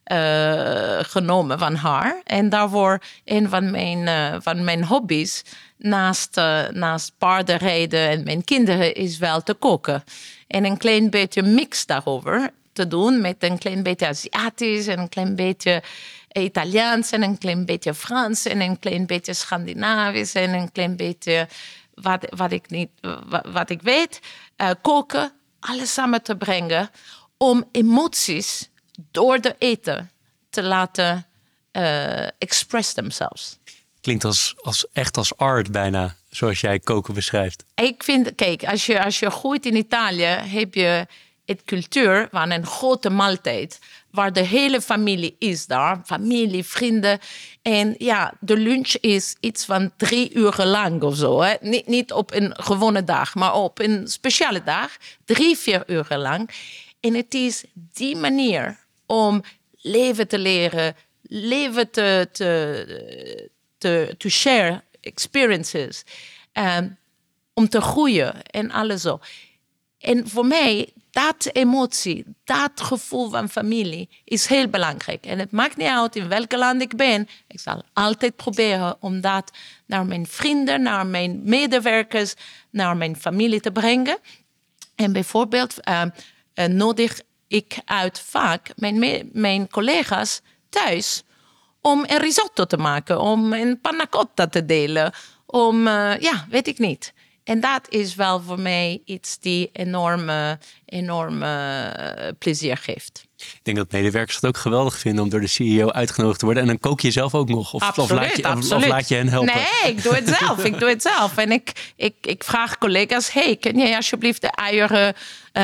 uh, genomen van haar. En daarvoor een van mijn, uh, van mijn hobby's, naast, uh, naast paardenrijden en mijn kinderen, is wel te koken. En een klein beetje mix daarover te doen met een klein beetje Aziatisch en een klein beetje Italiaans en een klein beetje Frans en een klein beetje Scandinavisch en een klein beetje wat, wat, ik, niet, wat, wat ik weet, uh, koken, alles samen te brengen om emoties door de eten te laten uh, express themselves. Klinkt als, als echt als art bijna, zoals jij koken beschrijft. Ik vind, kijk, als je, als je groeit in Italië, heb je het cultuur van een grote maaltijd, waar de hele familie is daar, familie, vrienden. En ja, de lunch is iets van drie uur lang of zo. Hè? Niet, niet op een gewone dag, maar op een speciale dag, drie, vier uur lang. En het is die manier om leven te leren, leven te, te, te, te share experiences, um, om te groeien en alles zo. En voor mij, dat emotie, dat gevoel van familie is heel belangrijk. En het maakt niet uit in welk land ik ben. Ik zal altijd proberen om dat naar mijn vrienden, naar mijn medewerkers, naar mijn familie te brengen. En bijvoorbeeld uh, uh, nodig ik uit vaak mijn, me- mijn collega's thuis om een risotto te maken, om een panna cotta te delen, om, uh, ja, weet ik niet. En dat is wel voor mij iets die enorme, enorme plezier geeft. Ik denk dat medewerkers het ook geweldig vinden om door de C E O uitgenodigd te worden. En dan kook je zelf ook nog? Of, absoluut, of, laat, je, of, of laat je hen helpen? Nee, ik doe het zelf. ik doe het zelf. En ik, ik, ik vraag collega's, hey, kun jij alsjeblieft de eieren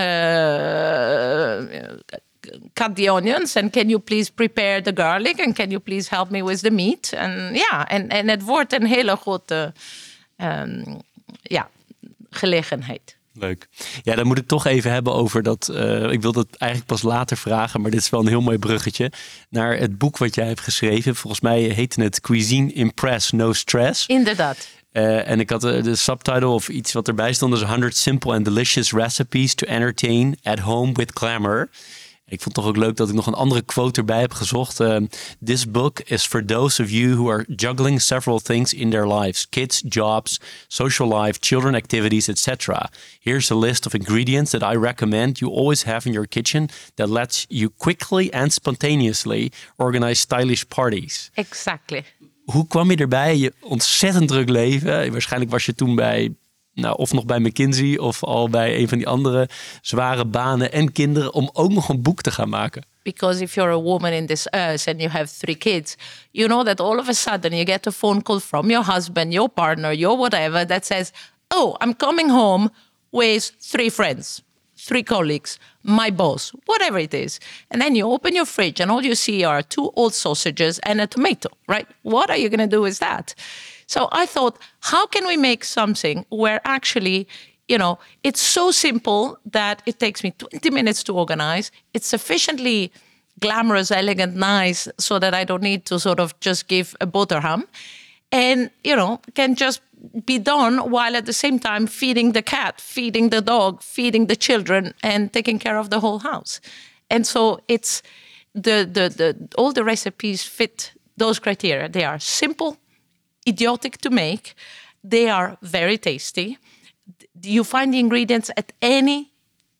Uh, cut the onions and can you please prepare the garlic and can you please help me with the meat? En ja, en, en het wordt een hele grote um, ja, gelegenheid. Leuk. Ja, dan moet ik toch even hebben over dat. Uh, ik wil dat eigenlijk pas later vragen, maar dit is wel een heel mooi bruggetje naar het boek wat jij hebt geschreven. Volgens mij heette het Cuisine Impress, No Stress. Inderdaad. Uh, en ik had de, de subtitle of iets wat erbij stond, dus honderd simple and delicious recipes to entertain at home with glamour. Ik vond het toch ook leuk dat ik nog een andere quote erbij heb gezocht. Uh, This book is for those of you who are juggling several things in their lives. Kids, jobs, social life, children activities, et cetera. Here's a list of ingredients that I recommend you always have in your kitchen that lets you quickly and spontaneously organize stylish parties. Exactly. Hoe kwam je erbij? Je ontzettend druk leven. Waarschijnlijk was je toen bij, nou, of nog bij McKinsey of al bij een van die andere zware banen en kinderen om ook nog een boek te gaan maken. Because if you're a woman in this earth and you have three kids, you know that all of a sudden you get a phone call from your husband, your partner, your whatever that says, oh, I'm coming home with three friends, three colleagues, my boss, whatever it is. And then you open your fridge and all you see are two old sausages and a tomato, right? What are you going to do with that? So I thought, how can we make something where actually, you know, it's so simple that it takes me twenty minutes to organize. It's sufficiently glamorous, elegant, nice, so that I don't need to sort of just give a boterham. And, you know, can just be done while at the same time feeding the cat, feeding the dog, feeding the children, and taking care of the whole house. And so it's the the the all the recipes fit those criteria. They are simple, idiotic to make. They are very tasty. You find the ingredients at any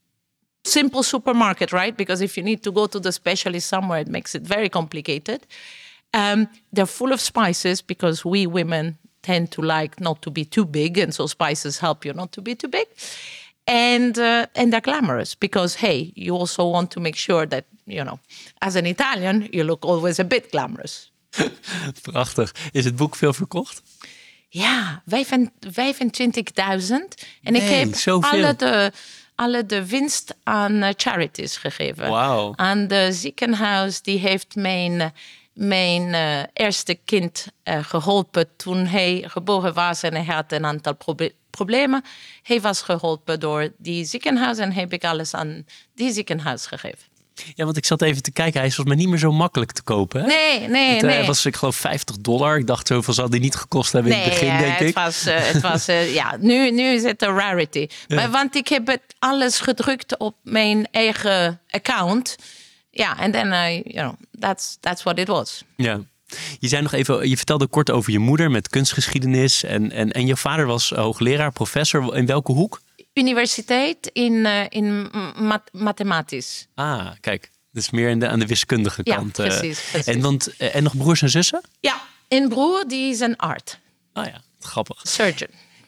simple supermarket, right? Because if you need to go to the specialist somewhere, it makes it very complicated. Um, they're full of spices because we women tend to like not to be too big, and so spices help you not to be too big. And uh, and they're glamorous because, hey, you also want to make sure that, you know, as an Italian, you look always a bit glamorous. Prachtig. Is het boek veel verkocht? Ja, vijfentwintigduizend. En nee, ik heb zoveel. alle de, alle de winst aan uh, charities gegeven. Wow. Aan de ziekenhuis, die heeft mijn, mijn uh, eerste kind uh, geholpen toen hij geboren was. En hij had een aantal proble- problemen. Hij was geholpen door die ziekenhuis en heb ik alles aan die ziekenhuis gegeven. Ja, want ik zat even te kijken. Hij is volgens mij niet meer zo makkelijk te kopen. Hè? Nee, nee, het, uh, nee. was, ik geloof, vijftig dollar. Ik dacht, zoveel zal die niet gekost hebben nee, in het begin, denk het ik. Was, uh, het was, uh, ja, nu, nu is het een rarity. Ja. Maar, want ik heb het alles gedrukt op mijn eigen account. Ja, en dan, uh, you know, that's, that's what it was. Ja. Je zei nog even, je vertelde kort over je moeder met kunstgeschiedenis. En, en, en je vader was hoogleraar, professor. In welke hoek? Universiteit in, uh, in mat- mathematisch. Ah, kijk. Dus meer in de, aan de wiskundige ja, kant. Precies, precies. En, want, en nog broers en zussen? Ja, een broer die is een arts. Ah ja, grappig. Surgeon.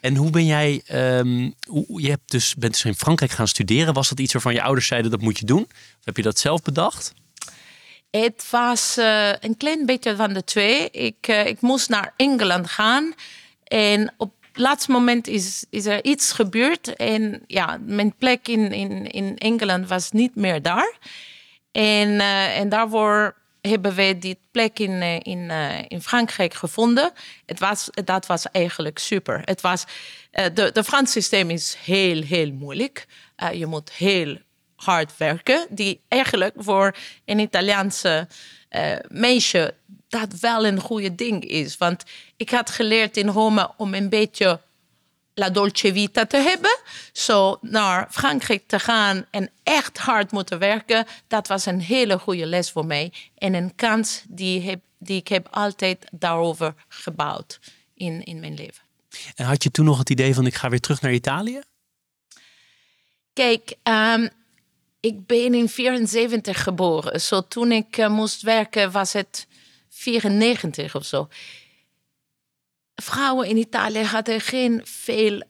En hoe ben jij, um, hoe, je hebt dus, bent dus in Frankrijk gaan studeren. Was dat iets waarvan je ouders zeiden dat moet je doen? Of heb je dat zelf bedacht? Het was uh, een klein beetje van de twee. Ik, uh, ik moest naar Engeland gaan. En op het laatste moment is, is er iets gebeurd. En ja, mijn plek in, in, in Engeland was niet meer daar. En, uh, en daarvoor hebben we die plek in, in, uh, in Frankrijk gevonden. Het was, dat was eigenlijk super. Het was, uh, de, de Frans systeem is heel, heel moeilijk. Uh, je moet heel hard werken. Die eigenlijk voor een Italiaanse uh, meisje dat wel een goede ding is. Want ik had geleerd in Rome om een beetje la dolce vita te hebben. Zo naar Frankrijk te gaan en echt hard moeten werken. Dat was een hele goede les voor mij. En een kans die, heb, die ik heb altijd daarover gebouwd in, in mijn leven. En had je toen nog het idee van ik ga weer terug naar Italië? Kijk, um, ik ben in vierenzeventig geboren. Zo toen ik uh, moest werken was het vierennegentig of zo. Vrouwen in Italië hadden geen veel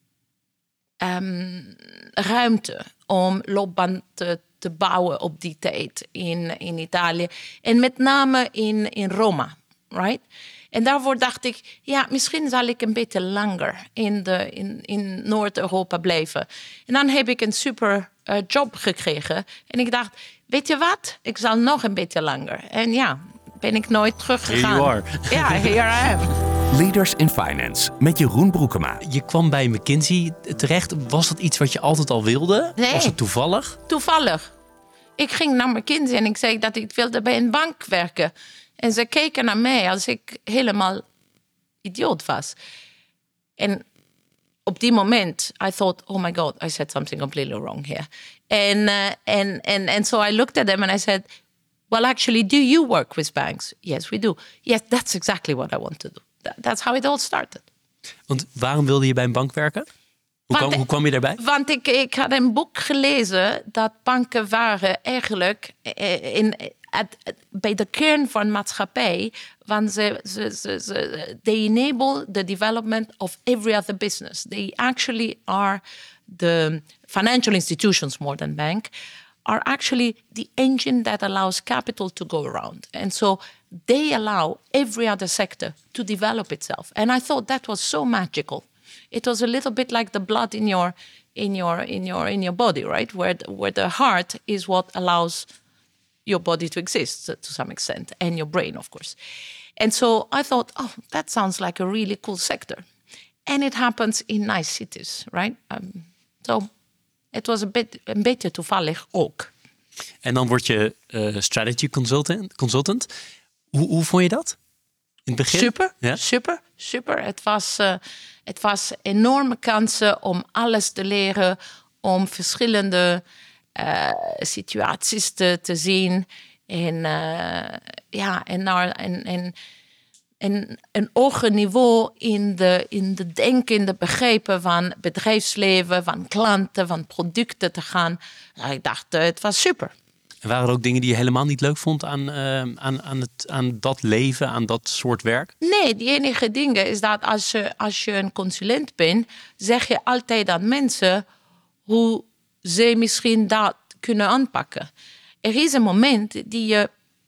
um, ruimte om loopbaan te, te bouwen op die tijd in, in Italië. En met name in, in Roma, right? En daarvoor dacht ik, ja, misschien zal ik een beetje langer in, de, in, in Noord-Europa blijven. En dan heb ik een super uh, job gekregen. En ik dacht, weet je wat? Ik zal nog een beetje langer. En ja, ben ik nooit teruggegaan. Here you are. Ja, here I am. Leaders in Finance met Jeroen Broekema. Je kwam bij McKinsey terecht. Was dat iets wat je altijd al wilde? Nee. Was het toevallig? Toevallig. Ik ging naar McKinsey en ik zei dat ik wilde bij een bank werken. En ze keken naar mij als ik helemaal idioot was. En op die moment, I thought, oh my God, I said something completely wrong here. And, uh, and, and, and so I looked at them and I said, well, actually, do you work with banks? Yes, we do. Yes, that's exactly what I want to do. That's how it all started. Want waarom wilde je bij een bank werken? Hoe, kwam, hoe kwam je daarbij? Want ik, ik had een boek gelezen dat banken waren eigenlijk in, at, bij de kern van maatschappij. Want ze, ze, ze, ze they enable the development of every other business. They actually are the financial institutions more than bank. Are actually the engine that allows capital to go around. And so they allow every other sector to develop itself. And I thought that was so magical. It was a little bit like the blood in your in your in your in your body, right? Where the, where the heart is what allows your body to exist to some extent, and your brain, of course. And so I thought, oh, that sounds like a really cool sector. And it happens in nice cities, right? Um, so het was een, bit, een beetje toevallig ook. En dan word je uh, strategy consultant. consultant. Hoe, hoe vond je dat? In het begin? Super, ja? super, super. Het was, uh, het was enorme kansen om alles te leren, om verschillende uh, situaties te, te zien. En, uh, ja, en, naar, en, en, en een hoger niveau in de, in de denken, in de begrijpen van bedrijfsleven, van klanten, van producten te gaan. Nou, ik dacht, uh, het was super. En waren er ook dingen die je helemaal niet leuk vond aan, uh, aan, aan, het, aan dat leven, aan dat soort werk? Nee, die enige ding is dat als je, als je een consulent bent, zeg je altijd aan mensen hoe ze misschien dat kunnen aanpakken. Er is een moment die je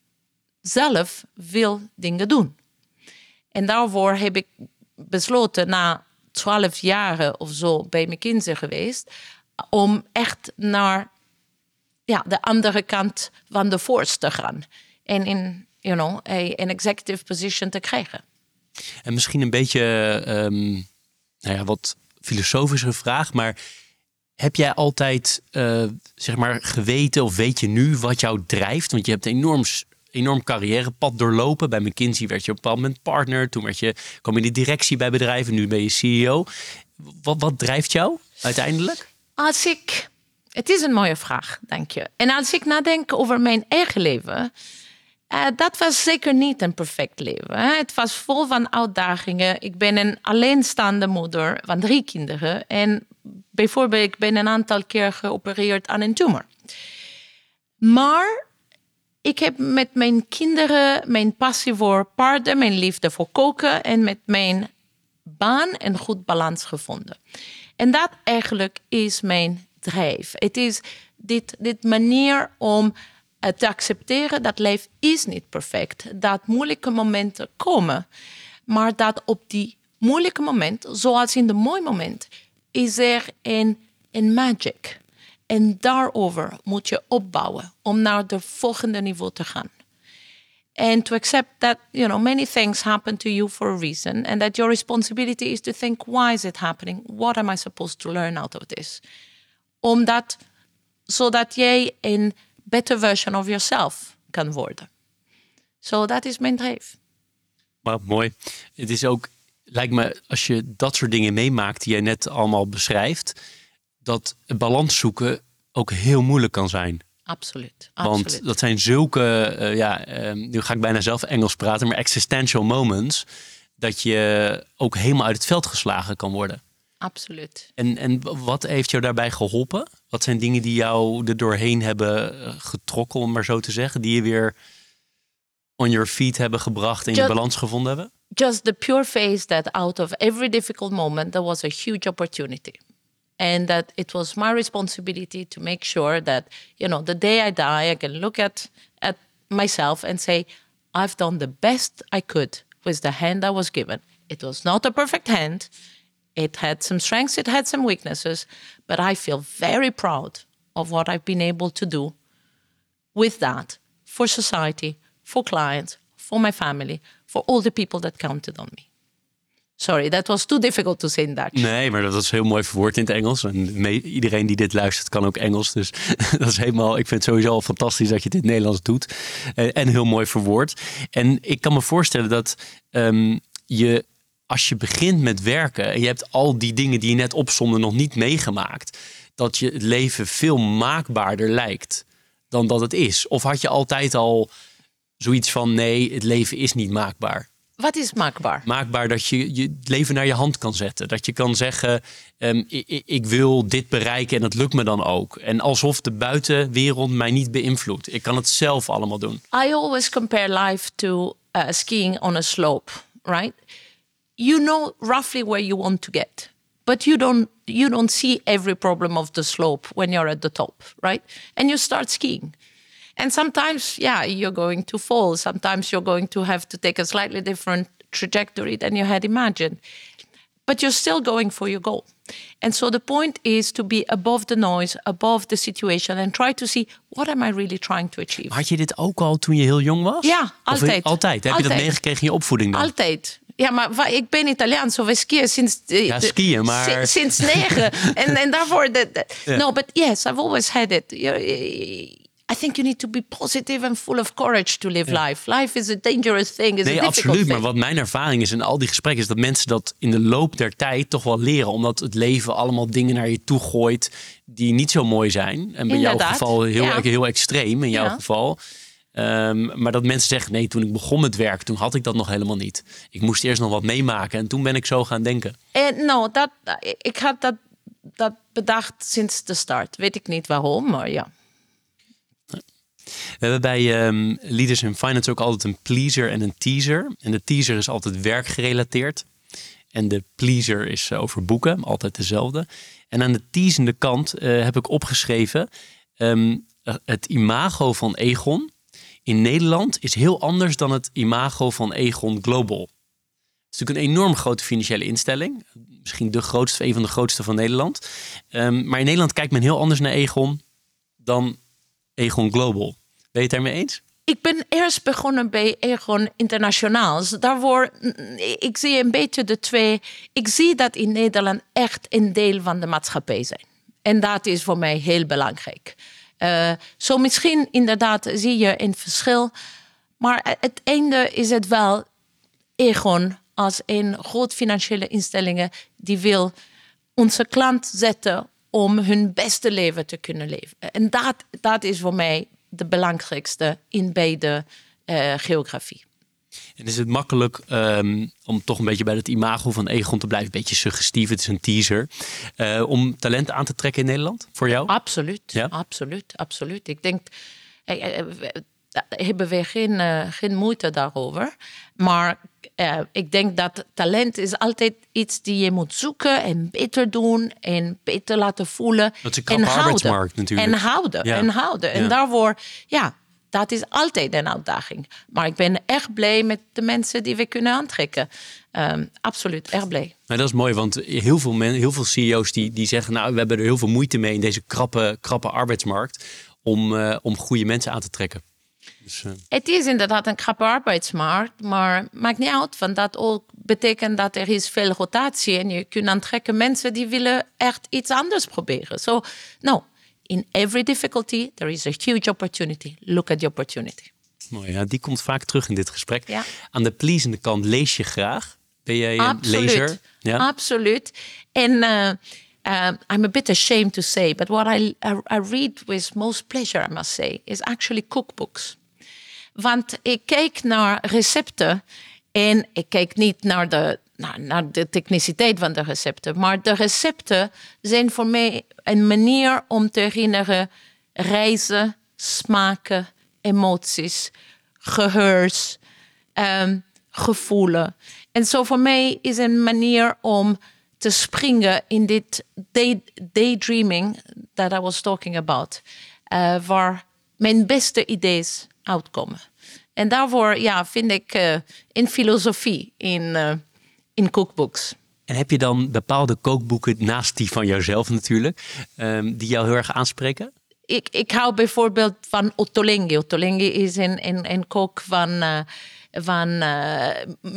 zelf wil dingen doen. En daarvoor heb ik besloten na twaalf jaren of zo bij McKinsey geweest, om echt naar ja, de andere kant van de force te gaan. En in you know, een executive position te krijgen. En misschien een beetje um, nou ja, wat filosofische vraag, maar heb jij altijd uh, zeg maar geweten of weet je nu wat jou drijft? Want je hebt een enorm, enorm carrièrepad doorlopen. Bij McKinsey werd je op een bepaald moment partner. Toen werd je, kwam je in de directie bij bedrijven. Nu ben je C E O. Wat, wat drijft jou uiteindelijk? Als ik... Het is een mooie vraag, dank je. En als ik nadenk over mijn eigen leven, uh, dat was zeker niet een perfect leven. Hè? Het was vol van uitdagingen. Ik ben een alleenstaande moeder van drie kinderen. En bijvoorbeeld, ik ben een aantal keer geopereerd aan een tumor. Maar ik heb met mijn kinderen mijn passie voor paarden, mijn liefde voor koken en met mijn baan en goed balans gevonden. En dat eigenlijk is mijn drijf. Het is dit, dit manier om uh, te accepteren dat leven is niet perfect. Dat moeilijke momenten komen. Maar dat op die moeilijke momenten, zoals in de mooie moment, is er een, een magic. En daarover moet je opbouwen om naar het volgende niveau te gaan. And to accept that, you know, many things happen to you for a reason. And that your responsibility is to think, why is it happening? What am I supposed to learn out of this? Omdat, zodat jij een better version of yourself kan worden. So dat is mijn drijf. Maar mooi. Het is ook, lijkt me, als je dat soort dingen meemaakt die jij net allemaal beschrijft, dat balans zoeken ook heel moeilijk kan zijn. Absoluut. Want absoluut. dat zijn zulke, uh, ja, uh, nu ga ik bijna zelf Engels praten, maar existential moments, dat je ook helemaal uit het veld geslagen kan worden. Absoluut. En, en wat heeft jou daarbij geholpen? Wat zijn dingen die jou er doorheen hebben getrokken, om maar zo te zeggen, die je weer on your feet hebben gebracht en Just, je balans gevonden hebben? Just the pure face that out of every difficult moment, there was a huge opportunity. And that it was my responsibility to make sure that, you know, the day I die, I can look at, at myself and say, I've done the best I could with the hand I was given. It was not a perfect hand. It had some strengths, it had some weaknesses, but I feel very proud of what I've been able to do with that for society, for clients, for my family, for all the people that counted on me. Sorry, that was too difficult to say in Dutch. Nee, maar dat is heel mooi verwoord in het Engels. En me, iedereen die dit luistert kan ook Engels. Dus dat is helemaal, ik vind het sowieso al fantastisch dat je dit Nederlands doet. En, en heel mooi verwoord. En ik kan me voorstellen dat um, je, als je begint met werken en je hebt al die dingen die je net opzomde nog niet meegemaakt, dat je het leven veel maakbaarder lijkt dan dat het is. Of had je altijd al zoiets van, nee, het leven is niet maakbaar? Wat is maakbaar? Maakbaar dat je je het leven naar je hand kan zetten. Dat je kan zeggen, um, ik, ik wil dit bereiken en dat lukt me dan ook. En alsof de buitenwereld mij niet beïnvloedt. Ik kan het zelf allemaal doen. I always compare life to uh, skiing on a slope, right? You know roughly where you want to get. But you don't, you don't see every problem of the slope when you're at the top, right? And you start skiing. And sometimes, yeah, you're going to fall. Sometimes you're going to have to take a slightly different trajectory than you had imagined. But you're still going for your goal. And so the point is to be above the noise, above the situation and try to see, what am I really trying to achieve? Had je dit ook al toen je heel jong was? Ja, altijd. Of, altijd? Heb altijd. je dat meegekregen in je opvoeding dan? Altijd. Ja, maar ik ben Italiaans, zo we skiën sinds... Ja, skiën, maar... Sinds negen. en, en daarvoor... De, de, yeah. No, but yes, I've always had it. I think you need to be positive and full of courage to live yeah. life. Life is a dangerous thing, is nee, a difficult absoluut. thing. Maar wat mijn ervaring is in al die gesprekken, is dat mensen dat in de loop der tijd toch wel leren. Omdat het leven allemaal dingen naar je toe gooit die niet zo mooi zijn. En bij Inderdaad. jouw geval heel, ja. heel extreem, in jouw ja. geval. Um, maar dat mensen zeggen, nee, toen ik begon met werk, toen had ik dat nog helemaal niet. Ik moest eerst nog wat meemaken en toen ben ik zo gaan denken. Uh, no, dat, ik had dat, dat bedacht sinds de start. Weet ik niet waarom, maar ja. We hebben bij um, Leaders in Finance ook altijd een pleaser en een teaser. En de teaser is altijd werkgerelateerd. En de pleaser is uh, over boeken, altijd dezelfde. En aan de teasende kant uh, heb ik opgeschreven, Um, het imago van Aegon in Nederland is heel anders dan het imago van Aegon Global. Het is natuurlijk een enorm grote financiële instelling. Misschien de grootste, een van de grootste van Nederland. Um, maar in Nederland kijkt men heel anders naar Aegon dan Aegon Global. Ben je het daarmee eens? Ik ben eerst begonnen bij Aegon Internationaal. Daarvoor, ik zie een beetje de twee. Ik zie dat in Nederland echt een deel van de maatschappij zijn. En dat is voor mij heel belangrijk. Uh, zo misschien inderdaad zie je een verschil. Maar het einde is het wel Aegon als een groot financiële instelling die wil onze klant zetten om hun beste leven te kunnen leven. En dat, dat is voor mij de belangrijkste in beide uh, geografie. En is het makkelijk um, om toch een beetje bij het imago van Aegon te blijven? Een beetje suggestief, het is een teaser. Uh, om talent aan te trekken in Nederland, voor jou? Absoluut, ja? absoluut, absoluut. Ik denk, daar hebben we geen, uh, geen moeite daarover. Maar uh, ik denk dat talent is altijd iets die je moet zoeken en beter doen en beter laten voelen. Dat is een krappe arbeidsmarkt natuurlijk. En houden, ja. en houden. En ja. daarvoor, ja, dat is altijd een uitdaging. Maar ik ben echt blij met de mensen die we kunnen aantrekken. Um, absoluut, erg blij. Maar dat is mooi, want heel veel, men, heel veel C E O's die, die zeggen... nou, we hebben er heel veel moeite mee in deze krappe, krappe arbeidsmarkt... om, uh, om goede mensen aan te trekken. Dus, uh... Het is inderdaad een krappe arbeidsmarkt, maar maakt niet uit. Want dat ook betekent dat er is veel rotatie... en je kunt aantrekken mensen die willen echt iets anders proberen. So, no, in every difficulty there is a huge opportunity. Look at the opportunity. Mooi, ja, die komt vaak terug in dit gesprek. Ja. Aan de pleasende kant lees je graag. Ben jij een Absoluut. lezer? Ja? Absoluut. En uh, uh, I'm a bit ashamed to say, but what I, I, I read with most pleasure, I must say, is actually cookbooks. Want ik kijk naar recepten en ik kijk niet naar de, naar, naar de techniciteit van de recepten, maar de recepten zijn voor mij een manier om te herinneren reizen, smaken, emoties, geheurs, um, gevoelen. En zo voor mij is een manier om te springen in dit day, daydreaming that I was talking about. Uh, waar mijn beste ideeën uitkomen. En daarvoor ja, vind ik uh, in filosofie, in, uh, in cookbooks. En heb je dan bepaalde kookboeken naast die van jouzelf natuurlijk, um, die jou heel erg aanspreken? Ik, ik hou bijvoorbeeld van Ottolenghi. Ottolenghi is een, een, een kok van, uh, van uh,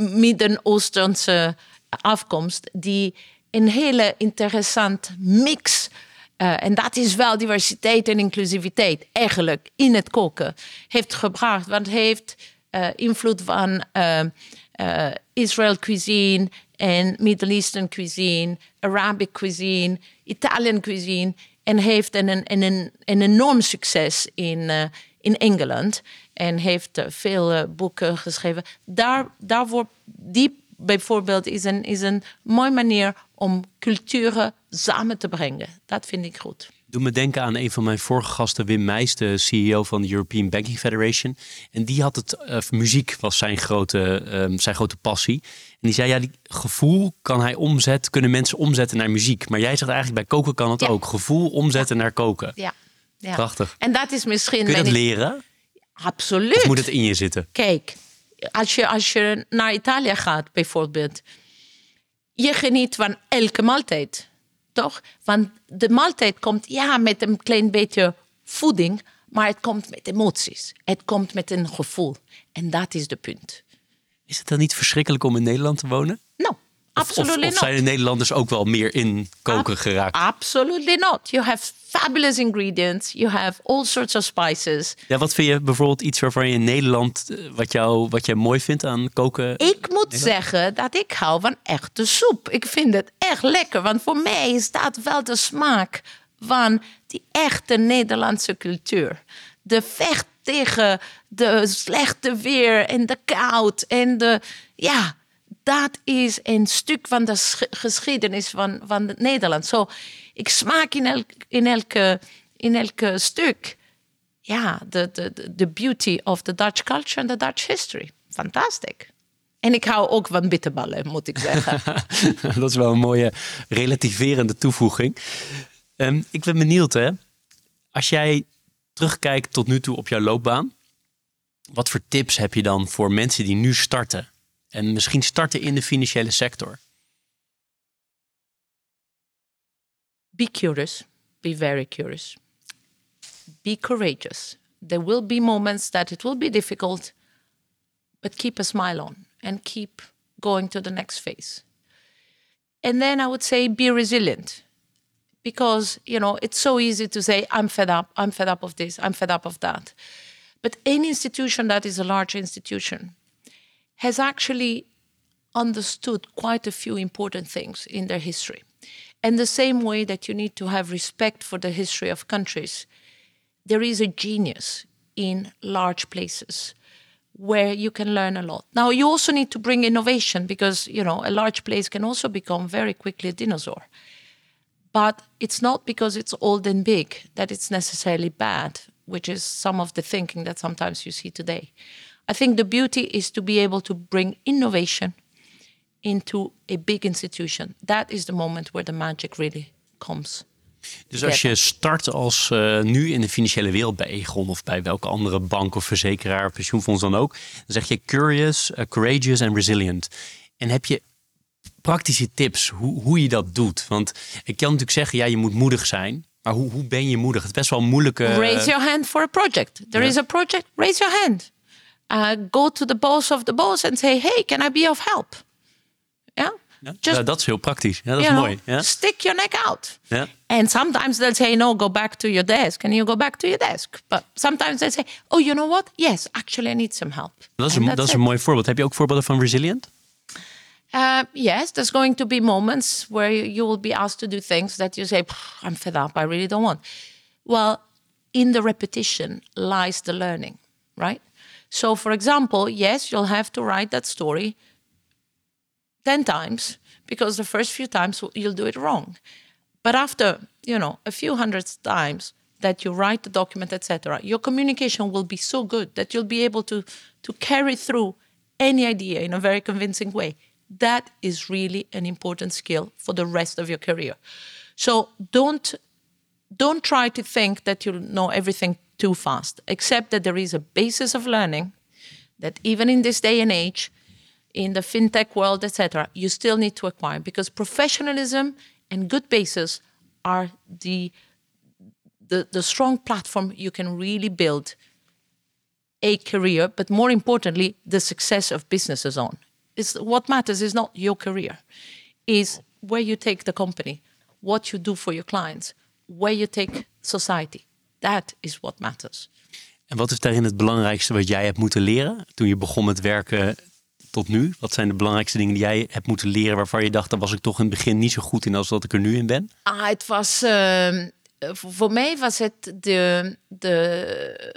Midden-Oostense afkomst... die een hele interessant mix... Uh, en dat is wel diversiteit en inclusiviteit eigenlijk in het koken heeft gebracht. Want hij heeft uh, invloed van uh, uh, Israël cuisine en Middle Eastern cuisine, Arabic cuisine, Italian cuisine... En heeft een, een, een, een enorm succes in, uh, in Engeland. En heeft uh, veel uh, boeken geschreven. Daar, daarvoor, die bijvoorbeeld is een, is een mooie manier om culturen samen te brengen. Dat vind ik goed. Doe me denken aan een van mijn vorige gasten, Wim Meijs, de C E O van de European Banking Federation. En die had het, uh, muziek was zijn grote, um, zijn grote passie. En die zei, ja, die gevoel kan hij omzetten, kunnen mensen omzetten naar muziek. Maar jij zegt eigenlijk, bij koken kan het ja. ook. Gevoel omzetten ja. naar koken. Ja. ja. Prachtig. En dat is misschien... Kun je dat mijn... leren? Absoluut. Of moet het in je zitten? Kijk, als je, als je naar Italië gaat bijvoorbeeld, je geniet van elke maaltijd. Toch? Want de maaltijd komt ja met een klein beetje voeding, maar het komt met emoties. Het komt met een gevoel. En dat is de punt. Is het dan niet verschrikkelijk om in Nederland te wonen? No, absolutely of, of, of zijn de Nederlanders ook wel meer in koken Ab- geraakt? Absolutely not. You have fabulous ingredients. You have all sorts of spices. Ja, wat vind je bijvoorbeeld iets waarvan je in Nederland, wat, jou, wat jij mooi vindt aan koken? Ik moet zeggen dat ik hou van echte soep. Ik vind het echt lekker, want voor mij is dat wel de smaak van die echte Nederlandse cultuur. De vecht tegen de slechte weer en de koud en de ja. Dat is een stuk van de sch- geschiedenis van, van het Nederland. Zo, so, ik smaak in, elk, in, elke, in elke stuk ja, de, de, de beauty of the Dutch culture and the Dutch history. Fantastisch. En ik hou ook van bitterballen, moet ik zeggen. Dat is wel een mooie relativerende toevoeging. Um, ik ben benieuwd, hè. Als jij terugkijkt tot nu toe op jouw loopbaan, wat voor tips heb je dan voor mensen die nu starten? En misschien starten in de financiële sector? Be curious. Be very curious. Be courageous. There will be moments that it will be difficult, but keep a smile on and keep going to the next phase. And then I would say be resilient. Because, you know, it's so easy to say, I'm fed up, I'm fed up of this, I'm fed up of that. But any institution that is a large institution has actually understood quite a few important things in their history. And the same way that you need to have respect for the history of countries, there is a genius in large places where you can learn a lot. Now, you also need to bring innovation because, you know, a large place can also become very quickly a dinosaur. But it's not because it's old and big that it's necessarily bad. which is some of the thinking that sometimes you see today. I think the beauty is to be able to bring innovation into a big institution. That is the moment where the magic really comes. Dus als je start als uh, nu in de financiële wereld bij Aegon of bij welke andere bank of verzekeraar, pensioenfonds dan ook, dan zeg je curious, uh, courageous en resilient. En heb je praktische tips hoe, hoe je dat doet? Want ik kan natuurlijk zeggen, ja, je moet moedig zijn. Maar hoe, hoe ben je moedig? Het is best wel een moeilijke... Raise your hand for a project. There yeah. is a project, raise your hand. Uh, go to the boss of the boss and say, hey, can I be of help? Yeah? Ja, Just, ja, dat is heel praktisch. Ja, dat is mooi. Know, ja. Stick your neck out. Ja. And sometimes they'll say, no, go back to your desk. And you go back to your desk. But sometimes they say, oh, you know what? Yes, actually I need some help. Dat is, een, dat is een mooi voorbeeld. Heb je ook voorbeelden van resilient? Uh, yes, there's going to be moments where you, you will be asked to do things that you say, I'm fed up, I really don't want. Well, in the repetition lies the learning, right? So, for example, yes, you'll have to write that story ten times because the first few times you'll do it wrong. But after, you know, a few hundred times that you write the document, et cetera, your communication will be so good that you'll be able to, to carry through any idea in a very convincing way. That is really an important skill for the rest of your career. So don't, don't try to think that you know everything too fast. Accept that there is a basis of learning that even in this day and age, in the fintech world, et cetera, you still need to acquire because professionalism and good basis are the, the, the strong platform you can really build a career, but more importantly, the success of businesses on. It's, what matters is not your career, is where you take the company, what you do for your clients, where you take society. That is what matters. En wat is daarin het belangrijkste wat jij hebt moeten leren toen je begon met werken tot nu? Wat zijn de belangrijkste dingen die jij hebt moeten leren waarvan je dacht, daar was ik toch in het begin niet zo goed in als dat ik er nu in ben? Ah, het was, uh, voor mij was het de, de,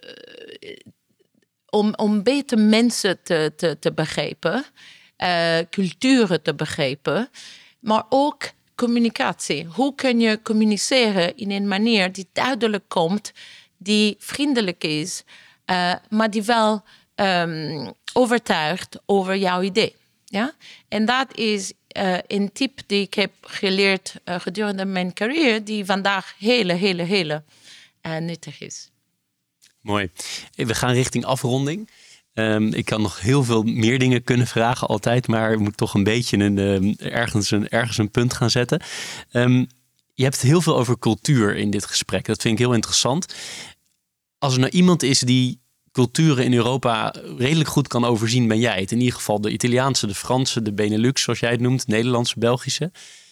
om, om beter mensen te, te, te begrijpen, uh, culturen te begrijpen, maar ook communicatie. Hoe kun je communiceren in een manier die duidelijk komt, die vriendelijk is, uh, maar die wel um, overtuigt over jouw idee. Ja? En dat is uh, een tip die ik heb geleerd uh, gedurende mijn carrière, die vandaag hele, hele, hele uh, nuttig is. Mooi. We gaan richting afronding. Um, ik kan nog heel veel meer dingen kunnen vragen altijd, maar ik moet toch een beetje een, um, ergens, een, ergens een punt gaan zetten. Um, je hebt heel veel over cultuur in dit gesprek. Dat vind ik heel interessant. Als er nou iemand is die culturen in Europa redelijk goed kan overzien, ben jij het. In ieder geval de Italiaanse, de Franse, de Benelux, zoals jij het noemt, Nederlandse, Belgische.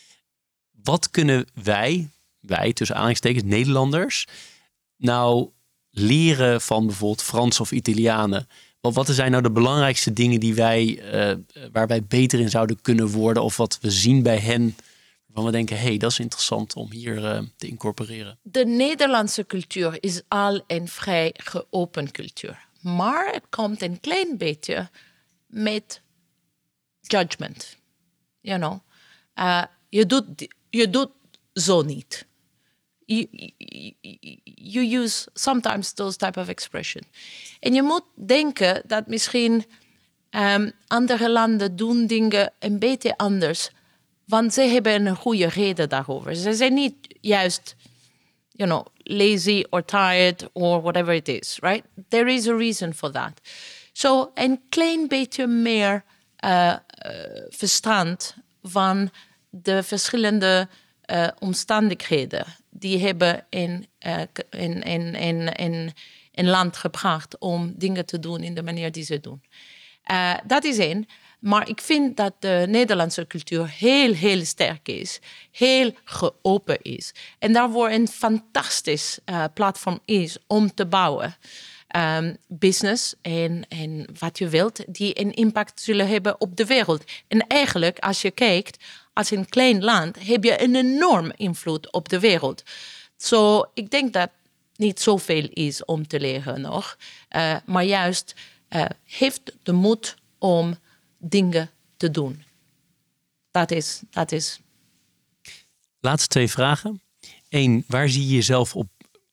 Wat kunnen wij, wij tussen aanhalingstekens, Nederlanders, nou leren van bijvoorbeeld Frans of Italianen? Wat zijn nou de belangrijkste dingen die wij, uh, waar wij beter in zouden kunnen worden? Of wat we zien bij hen, waarvan we denken, hé, hey, dat is interessant om hier uh, te incorporeren. De Nederlandse cultuur is al een vrij geopend cultuur. Maar het komt een klein beetje met judgment. You know? Uh, je, doet, je doet zo niet. You, you, you use sometimes those type of expression. En je moet denken dat misschien um, andere landen doen dingen een beetje anders. Want ze hebben een goede reden daarover. Ze zijn niet juist, you know, lazy or tired or whatever it is, right? There is a reason for that. So een klein beetje meer uh, uh, verstand van de verschillende uh, omstandigheden die hebben in, uh, in, in, in, in, in land gebracht om dingen te doen in de manier die ze doen. Uh, dat is één. Maar ik vind dat de Nederlandse cultuur heel, heel sterk is. Heel geopen is. En daarvoor een fantastisch uh, platform is om te bouwen. Um, business en, en wat je wilt, die een impact zullen hebben op de wereld. En eigenlijk, als je kijkt, als een klein land, heb je een enorm invloed op de wereld. So, ik denk dat niet zoveel is om te leren nog. Uh, maar juist uh, heeft de moed om dingen te doen. Dat is, dat is. Laatste twee vragen. Eén, waar zie je jezelf op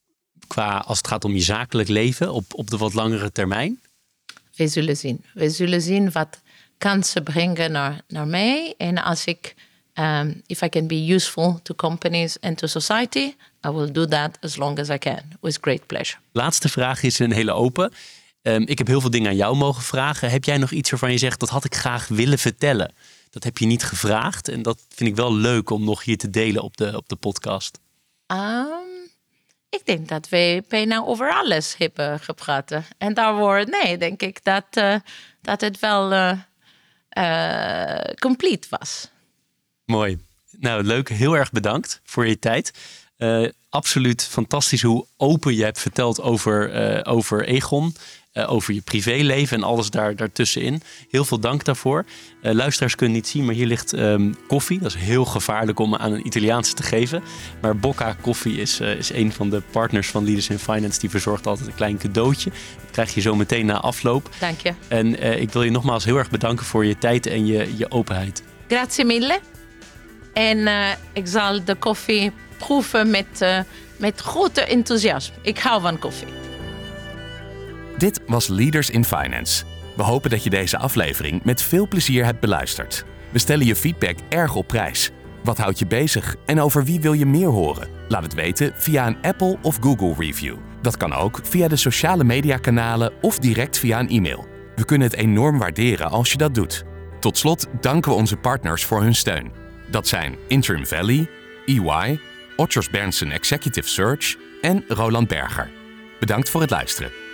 qua als het gaat om je zakelijk leven op, op de wat langere termijn? We zullen zien. We zullen zien wat kansen brengen naar, naar mij. En als ik, um, if I can be useful to companies and to society, I will do that as long as I can, with great pleasure. Laatste vraag is een hele open. Um, ik heb heel veel dingen aan jou mogen vragen. Heb jij nog iets waarvan je zegt, dat had ik graag willen vertellen? Dat heb je niet gevraagd. En dat vind ik wel leuk om nog hier te delen op de, op de podcast. Um, ik denk dat we bijna over alles hebben gepraat. En daarvoor, nee, denk ik dat, uh, dat het wel uh, uh, compleet was. Mooi. Nou, leuk. Heel erg bedankt voor je tijd. Uh, absoluut fantastisch hoe open je hebt verteld over, uh, over Aegon. Uh, over je privéleven en alles daar, daartussenin. Heel veel dank daarvoor. Uh, luisteraars kunnen niet zien, maar hier ligt um, koffie. Dat is heel gevaarlijk om aan een Italiaanse te geven. Maar Bocca Koffie is, uh, is een van de partners van Leaders in Finance. Die verzorgt altijd een klein cadeautje. Dat krijg je zo meteen na afloop. Dank je. En uh, ik wil je nogmaals heel erg bedanken voor je tijd en je, je openheid. Grazie mille. En uh, ik zal de koffie proeven met, uh, met grote enthousiasme. Ik hou van koffie. Dit was Leaders in Finance. We hopen dat je deze aflevering met veel plezier hebt beluisterd. We stellen je feedback erg op prijs. Wat houdt je bezig en over wie wil je meer horen? Laat het weten via een Apple of Google review. Dat kan ook via de sociale mediakanalen of direct via een e-mail. We kunnen het enorm waarderen als je dat doet. Tot slot danken we onze partners voor hun steun. Dat zijn Interim Valley, E Y, Otters Berndsen Executive Search en Roland Berger. Bedankt voor het luisteren.